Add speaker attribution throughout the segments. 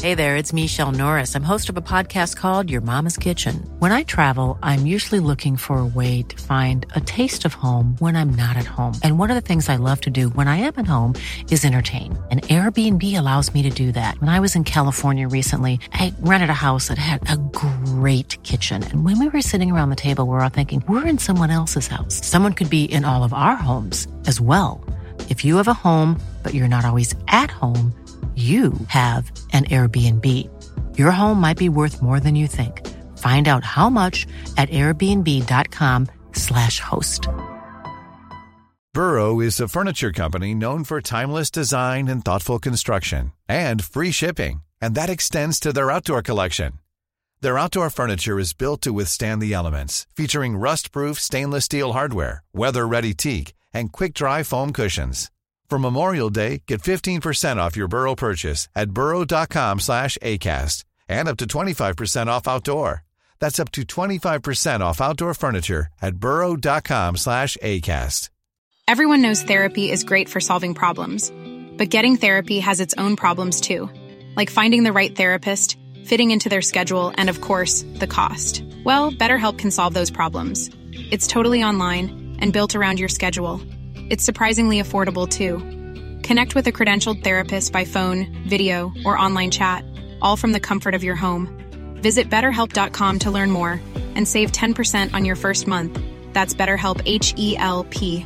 Speaker 1: Hey there, it's Michelle Norris. I'm host of a podcast called Your Mama's Kitchen. When I travel, I'm usually looking for a way to find a taste of home when I'm not at home. And one of the things I love to do when I am at home is entertain. And Airbnb allows me to do that. When I was in California recently, I rented a house that had a great kitchen. And when we were sitting around the table, we were all thinking, we're in someone else's house. Someone could be in all of our homes as well. If you have a home, but you're not always at home, you have an Airbnb. Your home might be worth more than you think. Find out how much at airbnb.com/host.
Speaker 2: Burrow is a furniture company known for timeless design and thoughtful construction, and free shipping. And that extends to their outdoor collection. Their outdoor furniture is built to withstand the elements, featuring rust-proof stainless steel hardware, weather-ready teak, and quick-dry foam cushions. For Memorial Day, get 15% off your Burrow purchase at burrow.com/acast and up to 25% off outdoor. That's up to 25% off outdoor furniture at burrow.com/acast.
Speaker 3: Everyone knows therapy is great for solving problems, but getting therapy has its own problems too, like finding the right therapist, fitting into their schedule, and of course, the cost. Well, BetterHelp can solve those problems. It's totally online and built around your schedule. It's surprisingly affordable, too. Connect with a credentialed therapist by phone, video, or online chat, all from the comfort of your home. Visit BetterHelp.com to learn more and save 10% on your first month. That's BetterHelp, H-E-L-P.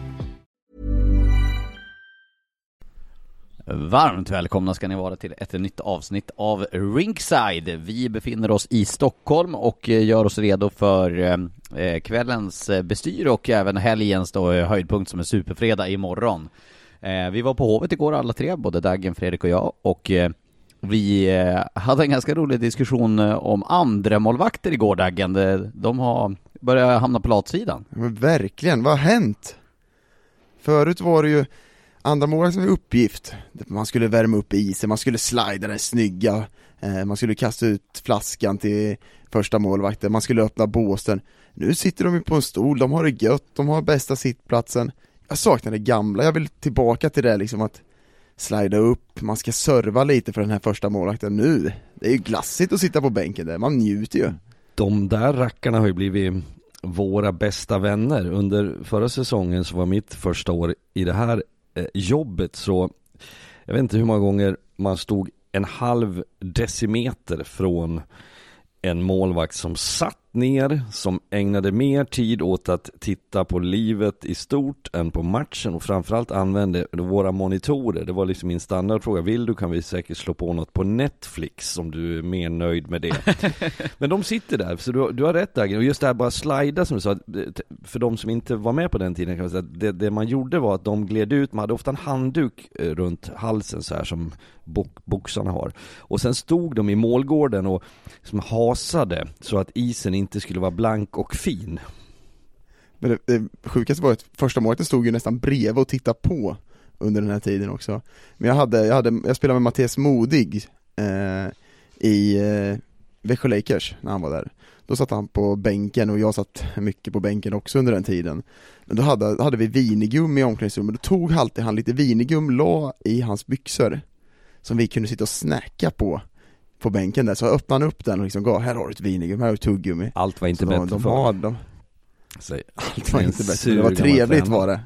Speaker 4: Varmt välkomna ska ni vara till ett nytt avsnitt av Rinkside. Vi befinner oss i Stockholm och gör oss redo för kvällens bestyr och även helgens då, höjdpunkt som är superfredag imorgon. Vi var på Hovet igår alla tre, både Daggen, Fredrik och jag, och vi hade en ganska rolig diskussion om andra målvakter igår, Daggen. De har börjat hamna på latsidan.
Speaker 5: Men verkligen, vad har hänt? Förut var det ju andra målet som var uppgift. Man skulle värma upp isen, man skulle slida den snygga, man skulle kasta ut flaskan till första målvakten, man skulle öppna båsen. Nu sitter de ju på en stol, de har det gött, de har bästa sittplatsen. Jag saknar det gamla, jag vill tillbaka till det liksom, att slida upp, man ska serva lite för den här första målvakten nu. Det är ju glassigt att sitta på bänken där, man njuter ju.
Speaker 6: De där rackarna har ju blivit våra bästa vänner. Under förra säsongen så var mitt första år i det här jobbet, så jag vet inte hur många gånger man stod en halv decimeter från en målvakt som satt ner, som ägnade mer tid åt att titta på livet i stort än på matchen, och framförallt använde våra monitorer. Det var liksom min standardfråga: vill du, kan vi säkert slå på något på Netflix om du är mer nöjd med det. Men de sitter där, så du har rätt där. Och just det här bara slida som du sa, för de som inte var med på den tiden kan man säga, det man gjorde var att de gled ut, man hade ofta en handduk runt halsen så här som boxarna har, och sen stod de i målgården och som hasade så att isen inte skulle vara blank och fin.
Speaker 5: Men det sjukaste var att första målet stod ju nästan bredvid och tittade på under den här tiden också. Men jag spelade med Mattias Modig i Växjö Lakers när han var där. Då satt han på bänken och jag satt mycket på bänken också under den tiden. Men då hade vi vinigum i omklädningsrummet. Då tog alltid han lite vinigum, la i hans byxor som vi kunde sitta och snacka på bänken där. Så öppnade han upp den och liksom gav, här har du ett vinigum, här har du tuggummi.
Speaker 6: Allt var inte bättre
Speaker 5: de
Speaker 6: för
Speaker 5: dem. Allt var inte bättre. Det var trevligt var det.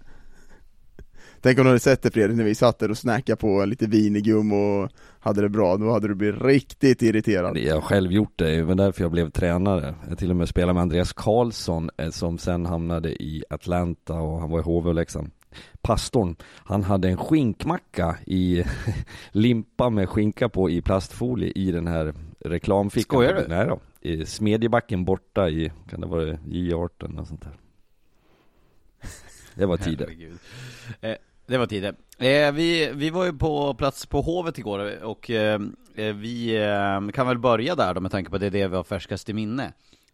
Speaker 5: Tänk om du hade sett det, Fredrik, när vi satt där och snackade på lite vinigum och hade det bra. Då hade du blivit riktigt irriterad.
Speaker 6: Jag har själv gjort det, det var därför jag blev tränare. Jag till och med spelade med Andreas Karlsson som sen hamnade i Atlanta, och han var i HV och Leksand. Pastorn, han hade en skinkmacka i limpa med skinka på i plastfolie i den här reklamfickan.
Speaker 4: Skojar du?
Speaker 6: Nej då, i Smedjebacken borta i, kan det vara J18 och sånt där. Det var tider.
Speaker 4: Det var tider. Vi var ju på plats på Hovet igår, och vi kan väl börja där då, med tanke på det vi har färskast i minne.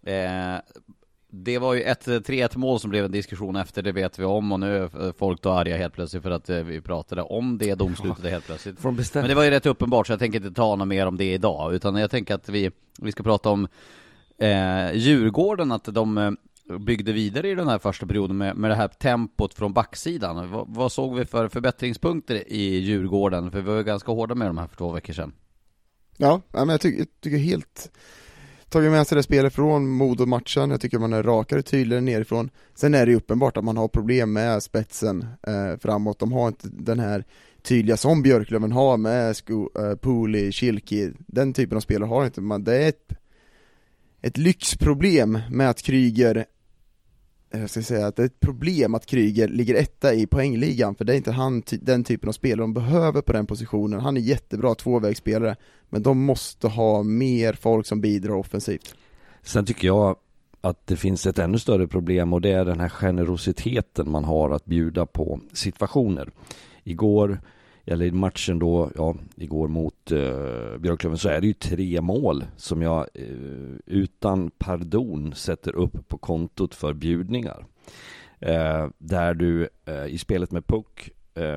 Speaker 4: Det var ju ett 3-1 mål som blev en diskussion efter, det vet vi om, och nu är folk då arga helt plötsligt för att vi pratade om det domslutet helt plötsligt. Men det var ju rätt uppenbart, så jag tänker inte ta något mer om det idag, utan jag tänker att vi ska prata om Djurgården, att de byggde vidare i den här första perioden med det här tempot från backsidan. Vad såg vi för förbättringspunkter i Djurgården? För vi var ju ganska hårda med de här för 2 veckor sedan.
Speaker 5: Ja, men jag tycker helt tagit med sig det spelet från Modo-matchen. Jag tycker man är rakare, tydligare nerifrån. Sen är det ju uppenbart att man har problem med spetsen framåt. De har inte den här tydliga som Björklöven har med Pooley, Schilke. Den typen av spelare har inte man. Det är ett lyxproblem med att Kryger, jag ska säga att det är ett problem att Kryger ligger etta i poängligan, för det är inte den typen av spelare de behöver på den positionen. Han är jättebra tvåvägsspelare, men de måste ha mer folk som bidrar offensivt. Sen
Speaker 6: tycker jag att det finns ett ännu större problem, och det är den här generositeten man har att bjuda på situationer. Igår, eller i matchen då, igår mot Björklöven, så är det ju 3 mål som jag utan pardon sätter upp på kontot för bjudningar. Där du i spelet med puck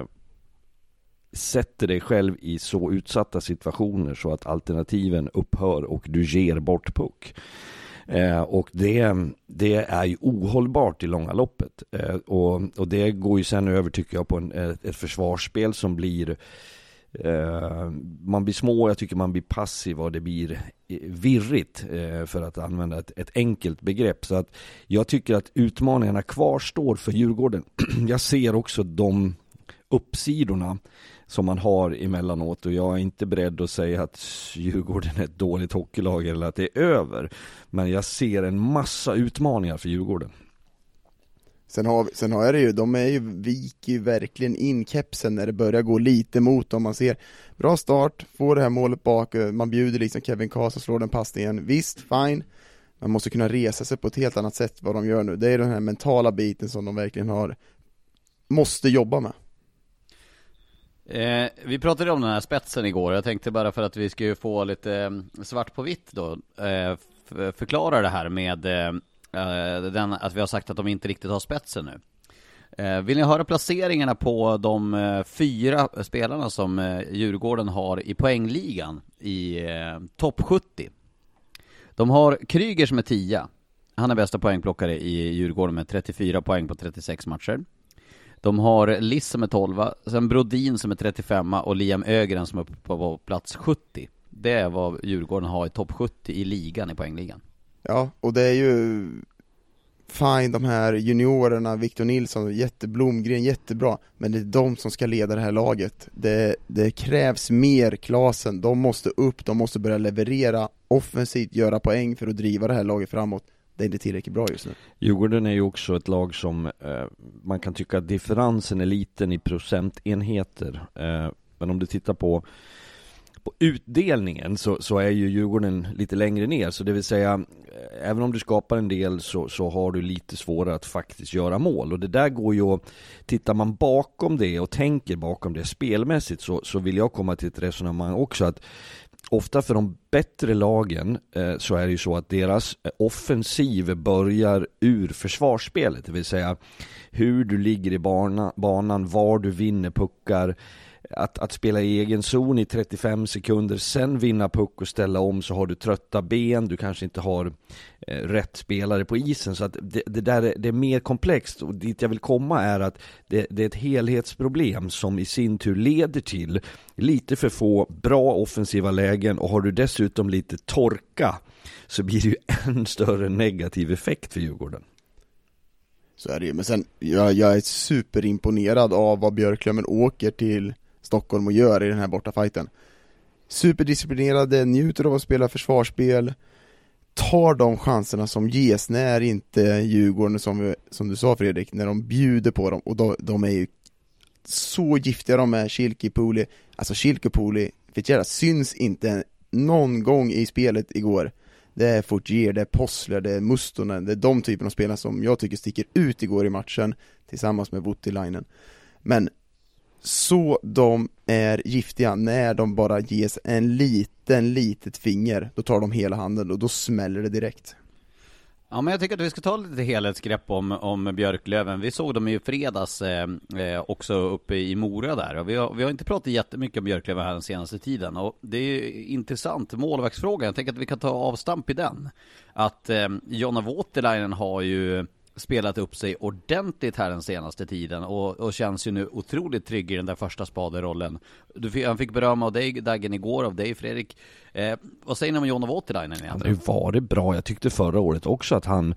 Speaker 6: sätter dig själv i så utsatta situationer så att alternativen upphör och du ger bort puck. Och det är ju ohållbart i långa loppet, och det går ju sen över, tycker jag, på ett försvarsspel som blir man blir små, jag tycker man blir passiv och det blir virrigt, för att använda ett enkelt begrepp. Så att jag tycker att utmaningarna kvarstår för Djurgården. Jag ser också de uppsidorna som man har emellanåt, och jag är inte beredd att säga att Djurgården är ett dåligt hockeylag eller att det är över, men jag ser en massa utmaningar för Djurgården.
Speaker 5: Sen har det ju, viker ju verkligen in kepsen när det börjar gå lite mot dem. Man ser bra start, får det här målet bak, man bjuder liksom Kevin Karlsson, slår den passningen, visst, fine. Man måste kunna resa sig på ett helt annat sätt vad de gör nu. Det är den här mentala biten som de verkligen måste jobba med.
Speaker 4: Vi pratade om den här spetsen igår. Jag tänkte bara, för att vi ska ju få lite svart på vitt då, förklara det här med att vi har sagt att de inte riktigt har spetsen nu. Vill ni höra placeringarna på de 4 spelarna som Djurgården har i poängligan i topp 70? De har Kryger som är 10. Han är bästa poängplockare i Djurgården med 34 poäng på 36 matcher. De har Liss som är 12, sen Brodin som är 35 och Liam Ögren som är på plats 70. Det är vad Djurgården har i topp 70 i ligan, i poängligan.
Speaker 5: Ja, och det är ju fine, de här juniorerna, Victor Nilsson, Blomgren, jättebra, men det är de som ska leda det här laget. Det krävs mer klasen, de måste upp, de måste börja leverera offensivt, göra poäng för att driva det här laget framåt. Det är inte tillräckligt bra just nu.
Speaker 6: Djurgården är ju också ett lag som man kan tycka att differensen är liten i procentenheter, men om du tittar på utdelningen så är ju Djurgården lite längre ner, så det vill säga även om du skapar en del så har du lite svårare att faktiskt göra mål, och det där går ju, tittar man bakom det och tänker bakom det spelmässigt, så vill jag komma till ett resonemang också att ofta för de bättre lagen så är det ju så att deras offensiv börjar ur försvarsspelet, det vill säga hur du ligger i banan, var du vinner puckar, att spela i egen zon i 35 sekunder, sen vinna puck och ställa om, så har du trötta ben, du kanske inte har rätt spelare på isen, så att det är mer komplext, och dit jag vill komma är att det är ett helhetsproblem som i sin tur leder till lite för få bra offensiva lägen, och har du dessutom lite torka så blir det ju en större negativ effekt för Djurgården.
Speaker 5: Så är det ju, men sen jag är superimponerad av vad Björklöven åker till Stockholm och gör i den här bortafajten. Superdisciplinerade, njuter av att spela försvarsspel, tar de chanserna som ges när inte Djurgården, som du sa Fredrik, när de bjuder på dem, och de är ju så giftiga de är. Schilke, Pooley, alltså Schilke, Pooley, Fitzgerald syns inte någon gång i spelet igår. Det är Fortier, det är Possler, det är Mustonen, det är de typen av spelare som jag tycker sticker ut igår i matchen tillsammans med Voutilainen. Men så de är giftiga när de bara ges en litet finger, då tar de hela handen och då smäller det direkt.
Speaker 4: Ja, men jag tycker att vi ska ta lite helhetsgrepp om Björklöven. Vi såg dem ju fredags också uppe i Mora där, och vi har inte pratat jättemycket om Björklöven här den senaste tiden, och det är ju intressant målvaktsfrågan. Jag tänker att vi kan ta avstamp i den. Att Jonna Voutilainen har ju spelat upp sig ordentligt här den senaste tiden och känns ju nu otroligt trygg i den där första spaderollen. Han fick beröm av dig, Daggen, igår, av dig, Fredrik. Vad säger ni om Jono Voutilainen egentligen?
Speaker 6: Han har ju varit bra. Jag tyckte förra året också att han...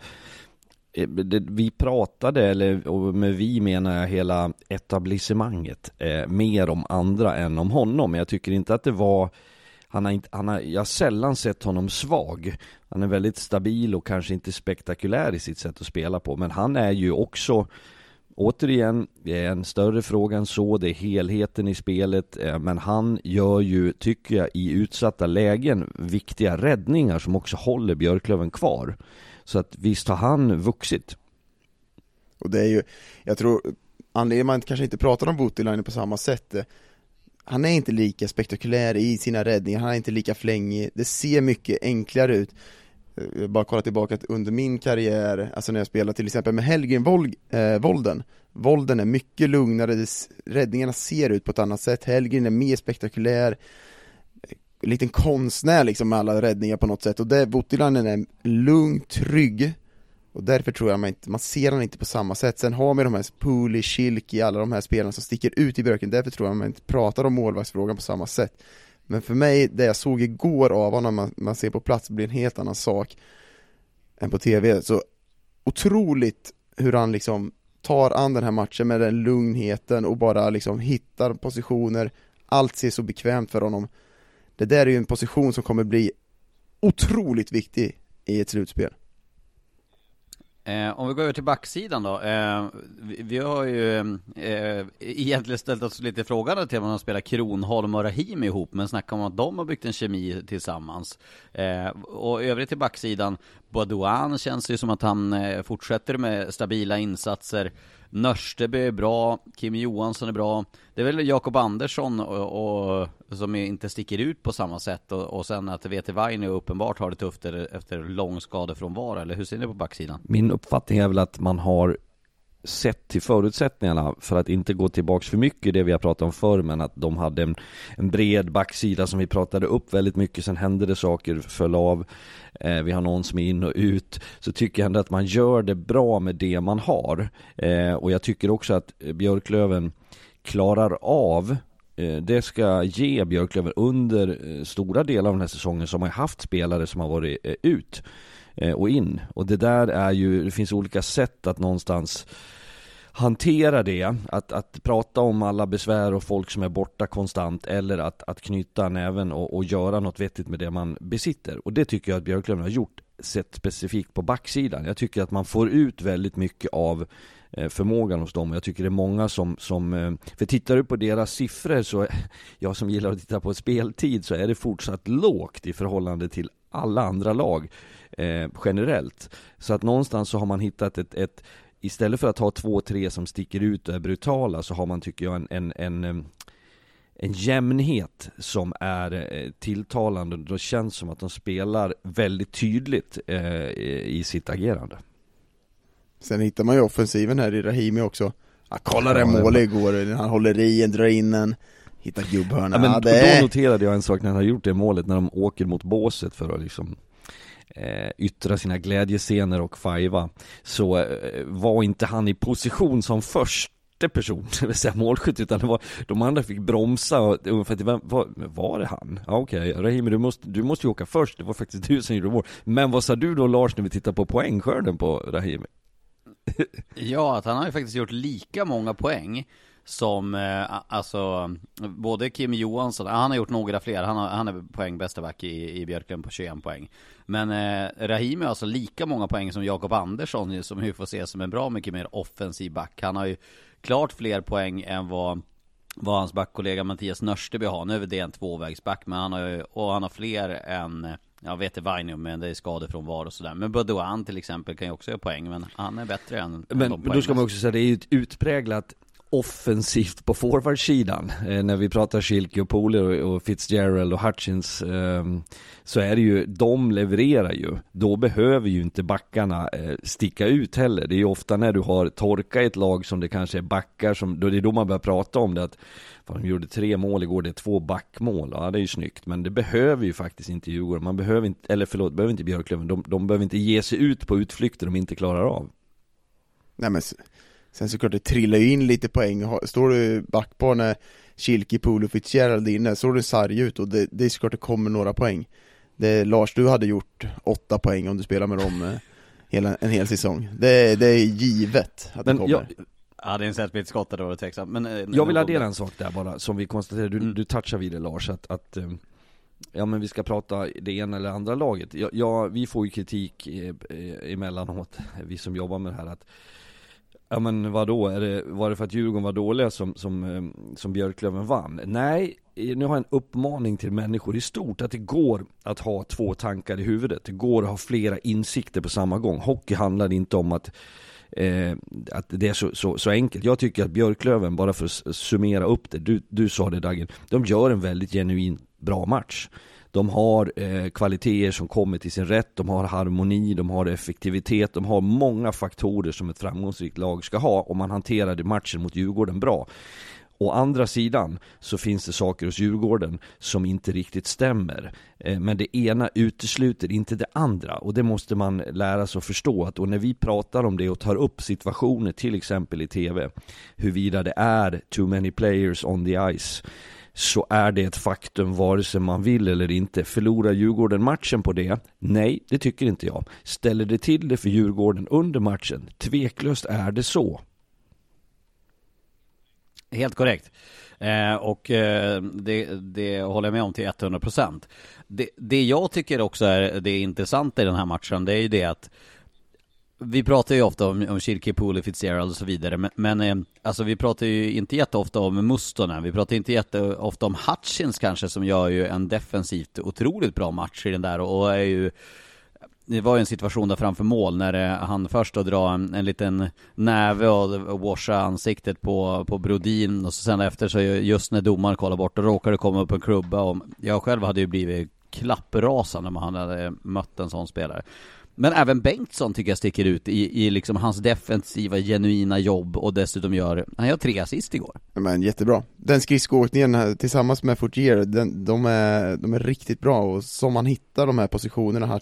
Speaker 6: Vi pratade, och med vi menar jag hela etablissemanget, mer om andra än om honom. Jag tycker inte att det var... Jag har sällan sett honom svag. Han är väldigt stabil och kanske inte spektakulär i sitt sätt att spela på. Men han är ju också, återigen, det är en större fråga än så. Det är helheten i spelet. Men han gör ju, tycker jag, i utsatta lägen viktiga räddningar som också håller Björklöven kvar. Så att visst har han vuxit.
Speaker 5: Och det är ju, jag tror, anledningen man kanske inte pratar om Voutilainen på samma sätt. Han är inte lika spektakulär i sina räddningar, han är inte lika flängig. Det ser mycket enklare ut. Jag bara kolla tillbaka att under min karriär, alltså när jag spelade till exempel med Helgen Volden är mycket lugnare, räddningarna ser ut på ett annat sätt. Helgen är mer spektakulär, en liten konstnär liksom med alla räddningar på något sätt. Och där Voutilainen är lugn, trygg. Och därför tror jag man ser han inte på samma sätt. Sen har vi de här Puli, Schilki, alla de här spelarna som sticker ut i Björken. Därför tror jag man inte pratar om målvaktsfrågan på samma sätt. Men för mig, det jag såg igår av honom när man ser på plats, blir en helt annan sak än på tv. Så otroligt hur han liksom tar an den här matchen med den lugnheten och bara liksom hittar positioner. Allt ser så bekvämt för honom. Det där är ju en position som kommer bli otroligt viktig i ett slutspel.
Speaker 4: Om vi går över till backsidan då. Vi har ju egentligen ställt oss lite frågande till om man spelar Kronholm och Rahimi ihop, men snackar om att de har byggt en kemi tillsammans. Och övrigt till backsidan, Baudouin känns ju som att han fortsätter med stabila insatser. Nörsteby är bra, Kim Johansson är bra. Det är väl Jakob Andersson och som inte sticker ut på samma sätt, och sen att VT Vainio uppenbart har det tufft efter lång skadefrånvaro. Eller hur ser ni på backsidan?
Speaker 6: Min uppfattning är väl att man har sett till förutsättningarna, för att inte gå tillbaks för mycket det vi har pratat om förr, men att de hade en bred backsida som vi pratade upp väldigt mycket. Sen hände det saker, föll av, vi har någon som är in och ut. Så tycker jag ändå att man gör det bra med det man har, och jag tycker också att Björklöven klarar av, det ska ge Björklöven under stora delar av den här säsongen, som har haft spelare som har varit ut och in. Och det där är ju, det finns olika sätt att någonstans hantera det, att prata om alla besvär och folk som är borta konstant, eller att knyta näven och göra något vettigt med det man besitter. Och det tycker jag att Björklöven har gjort, sett specifikt på backsidan. Jag tycker att man får ut väldigt mycket av förmågan hos dem. Jag tycker det är många som för tittar du på deras siffror, så jag som gillar att titta på speltid, så är det fortsatt lågt i förhållande till alla andra lag generellt. Så att någonstans så har man hittat ett istället för att ha 2-3 som sticker ut och är brutala, så har man, tycker jag, en jämnhet som är tilltalande. Då känns som att de spelar väldigt tydligt i sitt agerande. Sen hittar man ju offensiven här i Rahimi också. Kolla det mål igår, han håller i en, drar in en, hittar gubbhörna. Ja, men då noterade jag en sak när han har gjort det målet, när de åker mot båset för att liksom yttra sina glädjescener och fajva, så var inte han i position som första person, det vill säga målskytt, utan det var, de andra fick bromsa och för att var det han? Ja, okej, Rahimi, du måste ju åka först, det var faktiskt du som gjorde mål. Men vad sa du då, Lars, när vi tittar på poängskörden på Rahimi?
Speaker 4: Ja, att han har ju faktiskt gjort lika många poäng som alltså både Kim Johansson, han har gjort några fler, han är poäng bästa back i Björklöven på 21 poäng. Men Rahimi har alltså lika många poäng som Jakob Andersson, som vi får se som en bra mycket mer offensiv back. Han har ju klart fler poäng än vad hans backkollega Mattias Nörsteby har. Nu är det en tvåvägsback, men han har fler än, jag vet inte Vainio, men det är skador från var och sådär. Men Baudouin till exempel kan ju också göra poäng, men han är bättre än
Speaker 6: men då ska man också säga, det är ju ett utpräglat offensivt på forwardsidan. När vi pratar Schilke och Poler och Fitzgerald och Hutchins, så är det ju, de levererar ju. Då behöver ju inte backarna sticka ut heller. Det är ju ofta när du har torka i ett lag som det kanske är backar som, då det är då man börjar prata om det, att de gjorde 3 mål igår, det är 2 backmål. Ja, det är ju snyggt, men det behöver ju faktiskt inte Djurgården. Man behöver inte, behöver inte Björklöven. De behöver inte ge sig ut på utflykter de inte klarar av.
Speaker 5: Nej, men sen såklart det trillar ju in lite poäng. Står du backpar när Schilke, Poole och Fitzgerald inne, så är det sarg ut och det är såklart det kommer några poäng. Lars, du hade gjort 8 poäng om du spelar med dem en hel säsong. Det är givet att det kommer.
Speaker 4: Ja, det är en sätt skott där då, Texas. Men
Speaker 6: jag vill addera en sak där bara, som vi konstaterade, du touchar vid det, Lars, att ja, men vi ska prata det ena eller andra laget. Vi får ju kritik emellanåt, vi som jobbar med det här, att ja, men vadå, var det för att Djurgården var dåliga som Björklöven vann? Nej, nu har jag en uppmaning till människor i stort, att det går att ha 2 tankar i huvudet. Det går att ha flera insikter på samma gång. Hockey handlar inte om att det är så enkelt. Jag tycker att Björklöven, bara för att summera upp det, du sa det, Dagen, de gör en väldigt genuin bra match. De har kvaliteter som kommer till sin rätt, de har harmoni, de har effektivitet, de har många faktorer som ett framgångsrikt lag ska ha, om man hanterade matchen mot Djurgården bra. Å andra sidan så finns det saker hos Djurgården som inte riktigt stämmer. Men det ena utesluter inte det andra, och det måste man lära sig att förstå. Och när vi pratar om det och tar upp situationer, till exempel i tv, huruvida det är too many players on the ice, så är det ett faktum vare sig man vill eller inte. Förlorar Djurgården matchen på det? Nej, det tycker inte jag. Ställer det till det för Djurgården under matchen? Tveklöst är det så.
Speaker 4: Helt korrekt. Det håller jag med om till 100%. Det jag tycker också är det intressanta i den här matchen, det är ju det att vi pratar ju ofta om Schilke, Poole, Fitzgerald och så vidare, men alltså vi pratar ju inte jätteofta om Mustonen, vi pratar inte jätteofta om Hutchins kanske, som gör ju en defensivt otroligt bra match i den där, och är ju, det var ju en situation där framför mål när han först då drar en liten näve och washar ansiktet på Brodin, och så sen efter, så just när domaren kollar bort, och råkar det komma upp en klubba, och jag själv hade ju blivit klapprasande när man hade mött en sån spelare. Men även Bengtsson tycker jag sticker ut i liksom hans defensiva, genuina jobb, och dessutom han gör 3 assist igår.
Speaker 5: Men jättebra. Den skridskoåkningen här, tillsammans med Fortier, de är riktigt bra, och som man hittar de här positionerna,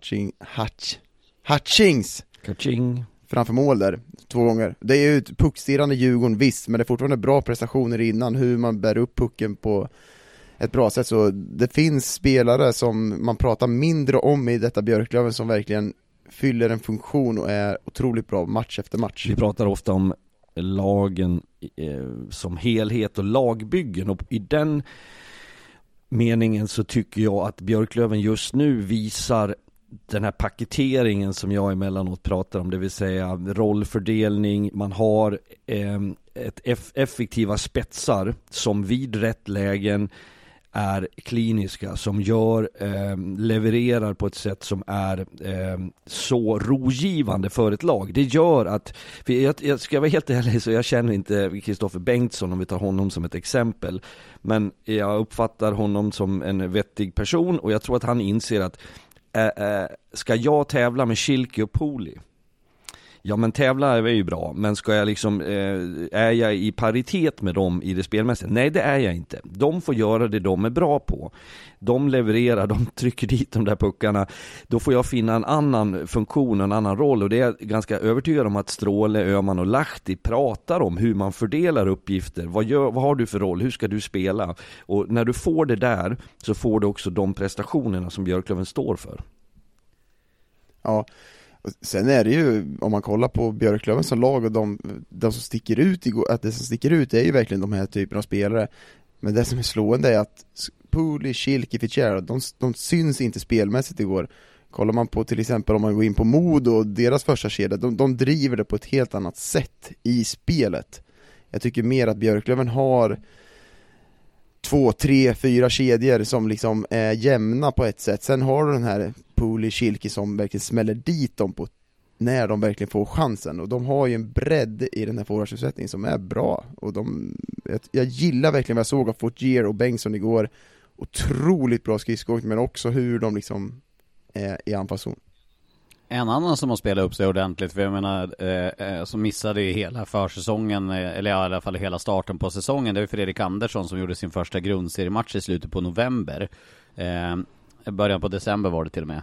Speaker 5: Hutchings framför mål där 2 gånger. Det är ju ett puckstirrande Djurgården, visst, men det är fortfarande bra prestationer innan, hur man bär upp pucken på ett bra sätt. Så det finns spelare som man pratar mindre om i detta Björklöven som verkligen fyller en funktion och är otroligt bra match efter match.
Speaker 6: Vi pratar ofta om lagen som helhet och lagbyggen, och i den meningen så tycker jag att Björklöven just nu visar den här paketeringen som jag emellanåt pratar om, det vill säga rollfördelning. Man har effektiva spetsar som vid rätt lägen är kliniska, som levererar på ett sätt som är så rogivande för ett lag. Det gör att, jag ska vara helt ärlig, så jag känner inte Kristoffer Bengtsson, om vi tar honom som ett exempel, men jag uppfattar honom som en vettig person, och jag tror att han inser att ska jag tävla med Schilke och Poole? Ja, men tävla är ju bra, men ska jag liksom, är jag i paritet med dem i det spelmässiga? Nej, det är jag inte. De får göra det de är bra på. De levererar, de trycker dit de där puckarna. Då får jag finna en annan funktion, en annan roll, och det är ganska övertygad om att Stråle, Öhman och Lahti pratar om hur man fördelar uppgifter. Vad har du för roll? Hur ska du spela? Och när du får det där, så får du också de prestationerna som Björklöven står för.
Speaker 5: Ja. Sen är det ju, om man kollar på Björklöven som lag, och de som sticker ut, att det som sticker ut är ju verkligen de här typerna av spelare. Men det som är slående är att Poole, Schilke, Fitzgerald, de syns inte spelmässigt igår. Kollar man på till exempel, om man går in på Modo och deras första kedja, de driver det på ett helt annat sätt i spelet. Jag tycker mer att Björklöven har 2, 3, 4 kedjor som liksom är jämna på ett sätt. Sen har du den här Poole, Schilke som verkligen smäller dit dem på när de verkligen får chansen. Och de har ju en bredd i den här forwardsuppsättningen som är bra. Och jag gillar verkligen vad jag såg av Fortier och Bengtsson igår. Otroligt bra skridskoåkning, men också hur de liksom är i anfallszon.
Speaker 4: En annan som har spelat upp sig ordentligt, för jag menar, som missade ju hela försäsongen, eller i alla fall hela starten på säsongen, det är Fredrik Andersson som gjorde sin första grundseriematch i slutet på november. Början på december var det till och med.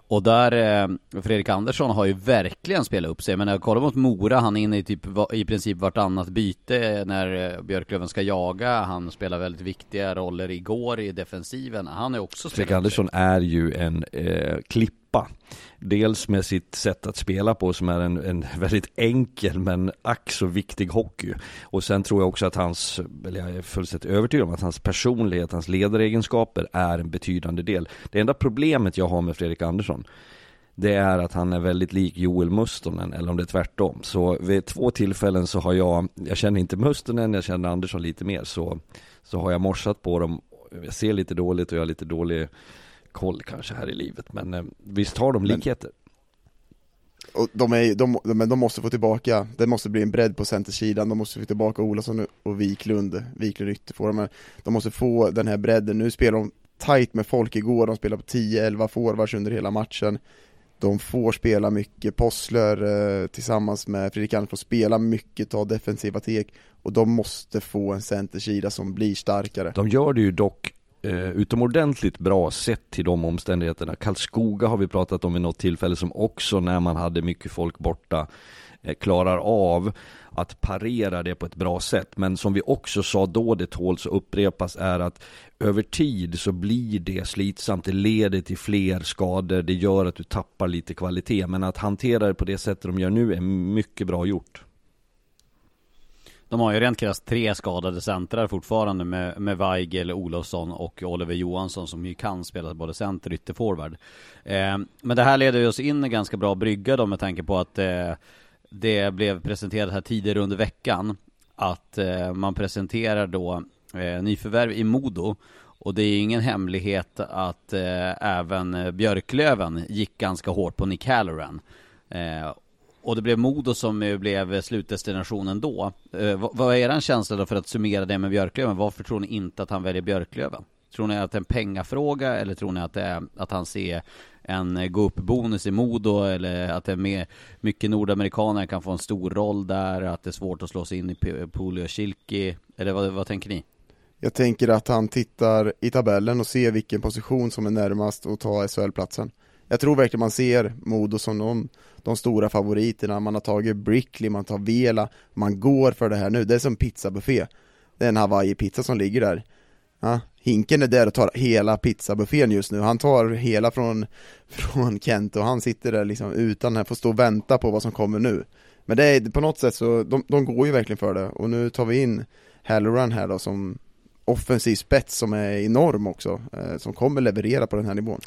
Speaker 4: Och där, Fredrik Andersson har ju verkligen spelat upp sig. Men när jag kollar mot Mora, han är inne i typ i princip vartannat byte när Björklöven ska jaga. Han spelar väldigt viktiga roller igår i defensiven. Han är också
Speaker 6: Fredrik Andersson är ju en klippa. Dels med sitt sätt att spela på som är en väldigt enkel men ack så viktig hockey. Och sen tror jag också att jag är fullständigt övertygad om att hans personlighet, hans ledaregenskaper är en betydande del. Det enda problemet jag har med Fredrik Andersson, det är att han är väldigt lik Joel Mustonen, eller om det är tvärtom. Så vid 2 tillfällen så har jag känner inte Mustonen, jag känner Andersson lite mer, så har jag morsat på dem. Jag ser lite dåligt och jag har lite dålig koll kanske här i livet, men visst har de likheter.
Speaker 5: Och de måste få tillbaka, det måste bli en bredd på centersidan, de måste få tillbaka Olofsson och Wiklund ytterformer. De måste få den här bredden. Nu spelar de tight med folk igår, de spelar på 10-11 forwards under hela matchen. De får spela mycket, Possler tillsammans med Fredrik Andersson får spela mycket, ta defensiva tek, och de måste få en centersida som blir starkare.
Speaker 6: De gör det ju dock utomordentligt bra sett till de omständigheterna. Karlskoga har vi pratat om i något tillfälle, som också när man hade mycket folk borta klarar av att parera det på ett bra sätt. Men som vi också sa då, det tåls att upprepas, är att över tid så blir det slitsamt, det leder till fler skador, det gör att du tappar lite kvalitet. Men att hantera det på det sättet de gör nu är mycket bra gjort.
Speaker 4: De har ju rent krasst 3 skadade centrar fortfarande med Weigel, Olofsson och Oliver Johansson, som ju kan spela både center och ytterforward. Men det här leder oss in en ganska bra brygga då, med tanke på att det blev presenterat här tidigare under veckan att man presenterar då nyförvärv i Modo. Och det är ingen hemlighet att även Björklöven gick ganska hårt på Nick Halloran. Och det blev Modo som blev slutdestinationen då. Vad är er känsla då, för att summera det med Björklöven? Varför tror ni inte att han väljer Björklöven? Tror ni att det är en pengafråga, eller tror ni att det är att han ser en gå upp bonus i Modo, eller att det är med mycket nordamerikaner kan få en stor roll där, att det är svårt att slå sig in i Puolio och Kilki, eller vad tänker ni?
Speaker 5: Jag tänker att han tittar i tabellen och ser vilken position som är närmast att ta SHL-platsen. Jag tror verkligen man ser Modo som de stora favoriterna. Man har tagit Brickley, man tar Vela, man går för det här nu. Det är som pizzabuffé. Det är en Hawaii-pizza som ligger där. Ja, Hinken är där och tar hela pizzabuffén just nu. Han tar hela från Kent, och han sitter där liksom utan att få stå och vänta på vad som kommer nu. Men det är på något sätt så de går ju verkligen för det. Och nu tar vi in Halloran här då, som offensiv spets som är enorm också, som kommer leverera på den här nivån.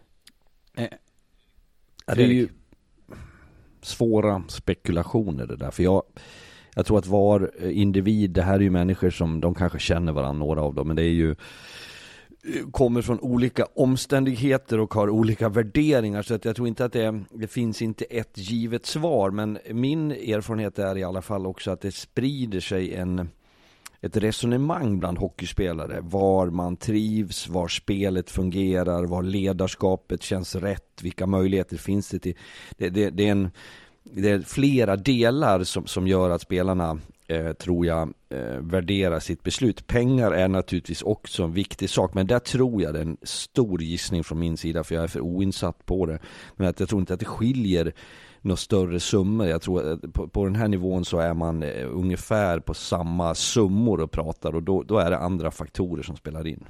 Speaker 6: Det är ju svåra spekulationer det där, för jag tror att var individ, det här är ju människor som de kanske känner varandra, några av dem, men det är ju kommer från olika omständigheter och har olika värderingar, så att jag tror inte att det finns inte ett givet svar. Men min erfarenhet är i alla fall också att det sprider sig ett resonemang bland hockeyspelare, var man trivs, var spelet fungerar, var ledarskapet känns rätt, vilka möjligheter finns det till. Det är flera delar som gör att spelarna tror jag värderar sitt beslut. Pengar är naturligtvis också en viktig sak, men där tror jag det är en stor gissning från min sida, för jag är för oinsatt på det. Men att jag tror inte att det skiljer några större summor. Jag tror att på den här nivån så är man ungefär på samma summor och pratar, och då är det andra faktorer som spelar in.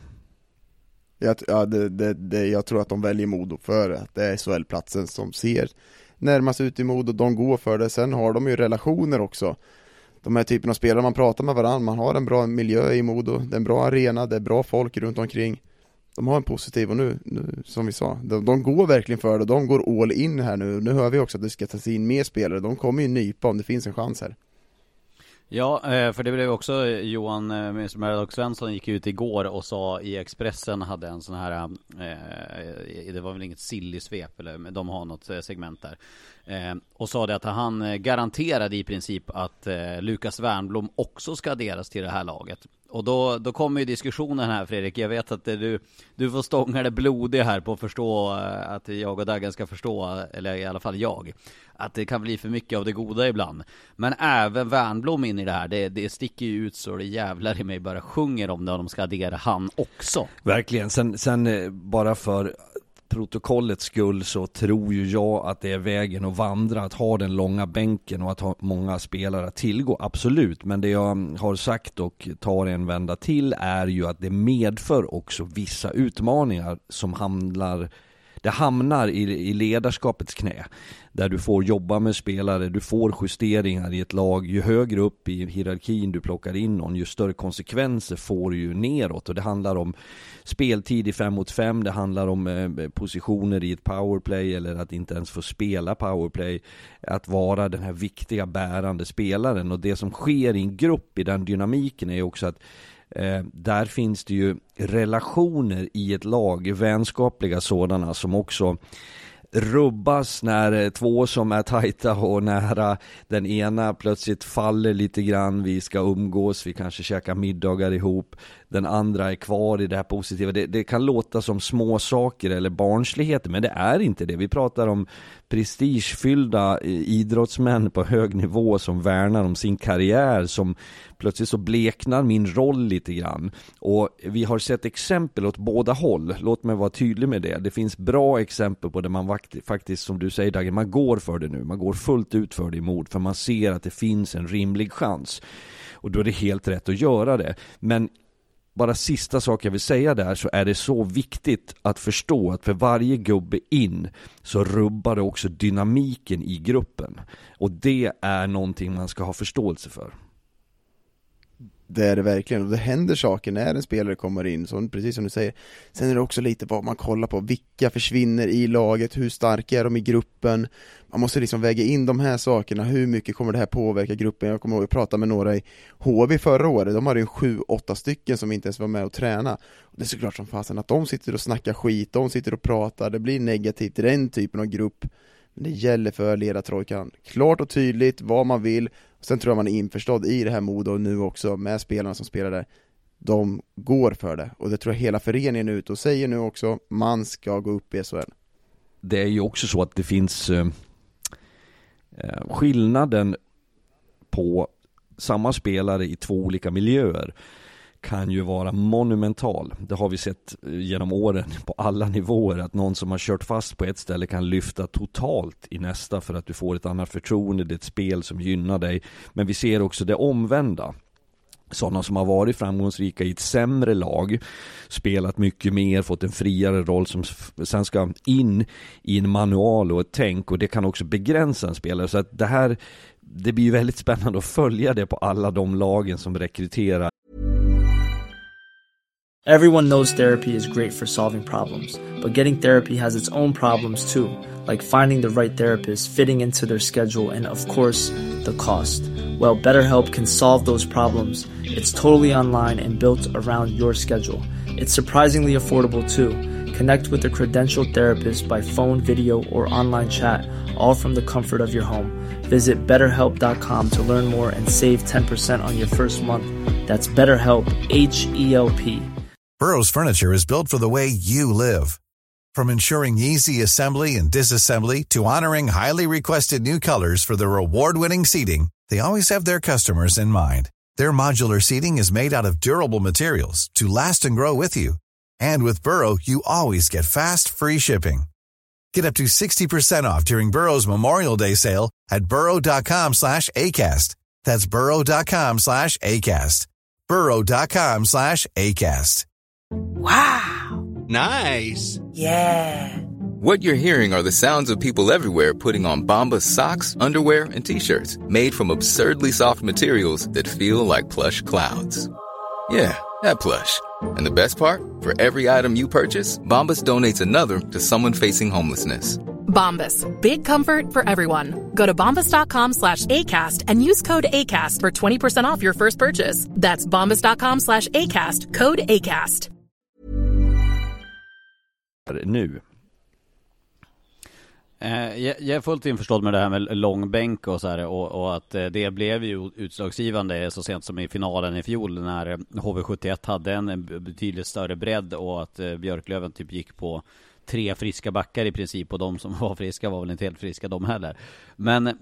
Speaker 5: Jag tror att de väljer Modo för att det är SHL-platsen som ser närmast ut i Modo. De går för det. Sen har de ju relationer också. De här typen av spelare, man pratar med varandra, man har en bra miljö i Modo, det är en bra arena, det är bra folk runt omkring. De har en positiv, och nu som vi sa, de går verkligen för det, de går all in här nu. Nu hör vi också att det ska tas in mer spelare, de kommer ju nypa om det finns en chans här.
Speaker 4: Ja, för det blev också Johan Mr. och Svensson gick ut igår och sa i Expressen, hade en sån här det var väl inget silly-svep, eller de har något segment där, och sa det att han garanterade i princip att Lukas Wernbloom också ska adderas till det här laget. Och då kommer ju diskussionen här, Fredrik. Jag vet att du får stånga det blodiga här på att förstå att jag och Daggen ska förstå, eller i alla fall jag, att det kan bli för mycket av det goda ibland. Men även Wernbloom in i det här, det sticker ju ut så det jävlar i mig bara sjunger om det, och de ska addera han också.
Speaker 6: Verkligen. Sen bara för protokollets skull så tror ju jag att det är vägen att vandra, att ha den långa bänken och att ha många spelare att tillgå, absolut. Men det jag har sagt och tar en vända till är ju att det medför också vissa utmaningar som hamnar i ledarskapets knä, där du får jobba med spelare, du får justeringar i ett lag. Ju högre upp i hierarkin du plockar in någon, ju större konsekvenser får du ju neråt. Och det handlar om speltid i 5 mot 5, det handlar om positioner i ett powerplay eller att inte ens få spela powerplay, att vara den här viktiga bärande spelaren. Och det som sker i en grupp i den dynamiken är också att där finns det ju relationer i ett lag, vänskapliga sådana, som också rubbas när två som är tajta och nära, den ena plötsligt faller lite grann. Vi ska umgås, vi kanske käkar middagar ihop, den andra är kvar i det här positiva. Det kan låta som små saker eller barnsligheter, men det är inte det. Vi pratar om prestigefyllda idrottsmän på hög nivå som värnar om sin karriär, som plötsligt så bleknar min roll lite grann. Och vi har sett exempel åt båda håll. Låt mig vara tydlig med det. Det finns bra exempel på det man faktiskt, som du säger Dagen, man går för det nu. Man går fullt ut för det i mod, för man ser att det finns en rimlig chans. Och då är det helt rätt att göra det. Men bara sista sak jag vill säga där, så är det så viktigt att förstå att för varje gubbe in så rubbar det också dynamiken i gruppen. Och det är någonting man ska ha förståelse för.
Speaker 5: Det är det verkligen, och det händer saker när en spelare kommer in, så precis som du säger. Sen är det också lite vad man kollar på, vilka försvinner i laget, hur starka är de i gruppen. Man måste liksom väga in de här sakerna, hur mycket kommer det här påverka gruppen. Jag kommer ihåg att prata med några i HV förra året, de hade ju 7-8 stycken som inte ens var med och träna. Och det är såklart som fasen att de sitter och snackar skit, de sitter och pratar, det blir negativt i den typen av grupp. Men det gäller för ledartrojkan, klart och tydligt vad man vill. Sen tror jag man är införstådd i det här Modo och nu också med spelarna som spelar där. De går för det, och det tror jag hela föreningen är ute och säger nu också, man ska gå upp i SHL.
Speaker 6: Det är ju också så att det finns skillnaden på samma spelare i 2 olika miljöer kan ju vara monumental. Det har vi sett genom åren på alla nivåer, att någon som har kört fast på ett ställe kan lyfta totalt i nästa för att du får ett annat förtroende, det är ett spel som gynnar dig. Men vi ser också det omvända. Sådana som har varit framgångsrika i ett sämre lag, spelat mycket mer, fått en friare roll, som sen ska in i en manual och ett tänk, och det kan också begränsa en spelare. Så att det blir ju väldigt spännande att följa det på alla de lagen som rekryterar.
Speaker 7: Everyone knows therapy is great for solving problems, but getting therapy has its own problems too, like finding the right therapist, fitting into their schedule, and of course, the cost. Well, BetterHelp can solve those problems. It's totally online and built around your schedule. It's surprisingly affordable too. Connect with a credentialed therapist by phone, video, or online chat, all from the comfort of your home. Visit BetterHelp.com to learn more and save 10% on your first month. That's BetterHelp, H-E-L-P.
Speaker 2: Burrow's furniture is built for the way you live. From ensuring easy assembly and disassembly to honoring highly requested new colors for their award-winning seating, they always have their customers in mind. Their modular seating is made out of durable materials to last and grow with you. And with Burrow, you always get fast, free shipping. Get up to 60% off during Burrow's Memorial Day sale at burrow.com/ACAST. That's burrow.com/ACAST. burrow.com/ACAST.
Speaker 8: Wow.
Speaker 9: Nice.
Speaker 8: Yeah.
Speaker 9: What you're hearing are the sounds of people everywhere putting on Bombas socks, underwear, and T-shirts made from absurdly soft materials that feel like plush clouds. Yeah, that plush. And the best part? For every item you purchase, Bombas donates another to someone facing homelessness.
Speaker 10: Bombas, big comfort for everyone. Go to bombas.com/ACAST and use code ACAST for 20% off your first purchase. That's bombas.com/ACAST, code ACAST.
Speaker 6: Nu.
Speaker 4: Jag är fullt införstådd med det här med långbänk och så här, och att det blev ju utslagsgivande så sent som i finalen i fjol när HV71 hade en betydligt större bredd, och att Björklöven typ gick på 3 friska backar i princip, och de som var friska var väl inte helt friska de heller. Men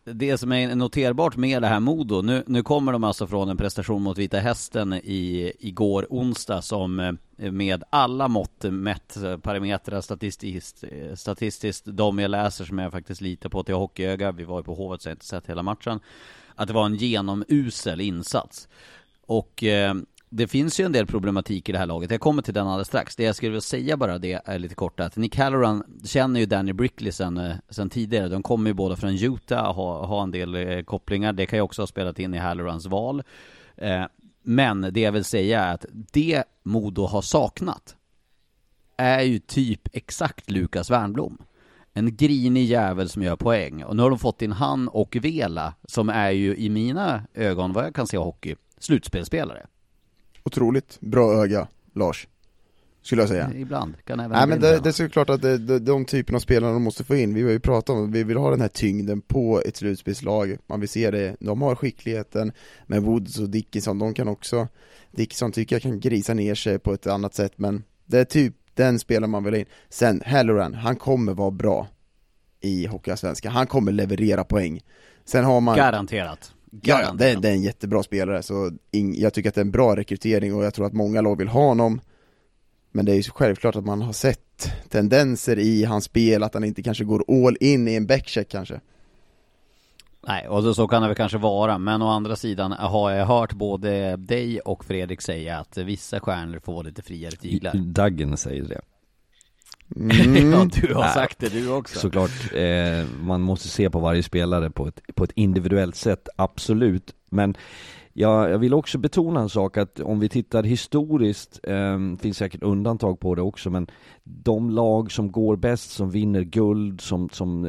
Speaker 4: det som är noterbart med det här Modo, nu kommer de alltså från en prestation mot Vita Hästen igår onsdag som med alla mått mätt parametrar statistiskt, de jag läser som jag faktiskt litar på till hockeyöga, vi var ju på Hovet så jag inte sett hela matchen, att det var en genomusel insats. Och det finns ju en del problematik i det här laget. Jag kommer till den alldeles strax. Det jag skulle vilja säga bara det är lite kort att Nick Halloran känner ju Danny Brickley sen tidigare. De kommer ju båda från Utah, har en del kopplingar. Det kan ju också ha spelat in i Hallorans val. Men det jag vill säga är att det Modo har saknat är ju typ exakt Lukas Wernbloom. En grinig jävel som gör poäng. Och nu har de fått in han och Vela som är ju i mina ögon, vad jag kan se av hockey, slutspelspelare.
Speaker 5: Otroligt bra öga, Lars, skulle jag säga.
Speaker 4: Ibland kan även.
Speaker 5: Nej, men det är såklart att de typen av spelare de måste få in. Vi har ju pratat om, vi vill ha den här tyngden på ett slutspelslag. Man vill se det, de har skickligheten. Men Woods och Dickinson, de kan också, Dickinson tycker jag kan grisa ner sig på ett annat sätt. Men det är typ den spelare man vill ha in. Sen Halloran, han kommer vara bra i Hockeyallsvenskan. Han kommer leverera poäng. Sen har man
Speaker 4: Garanterat.
Speaker 5: Ja, det är en jättebra spelare. Så jag tycker att det är en bra rekrytering. Och jag tror att många lag vill ha honom. Men det är ju självklart att man har sett tendenser i hans spel, att han inte kanske går all in i en backcheck kanske.
Speaker 4: Nej, och så kan det väl kanske vara. Men å andra sidan har jag hört både dig och Fredrik säga att vissa stjärnor får lite friare tyglar.
Speaker 6: Daggen säger det.
Speaker 4: Ja, du har sagt det du också.
Speaker 6: Såklart, man måste se på varje spelare på ett individuellt sätt, absolut. Men jag vill också betona en sak, att om vi tittar historiskt, finns säkert undantag på det också, men de lag som går bäst, som vinner guld, som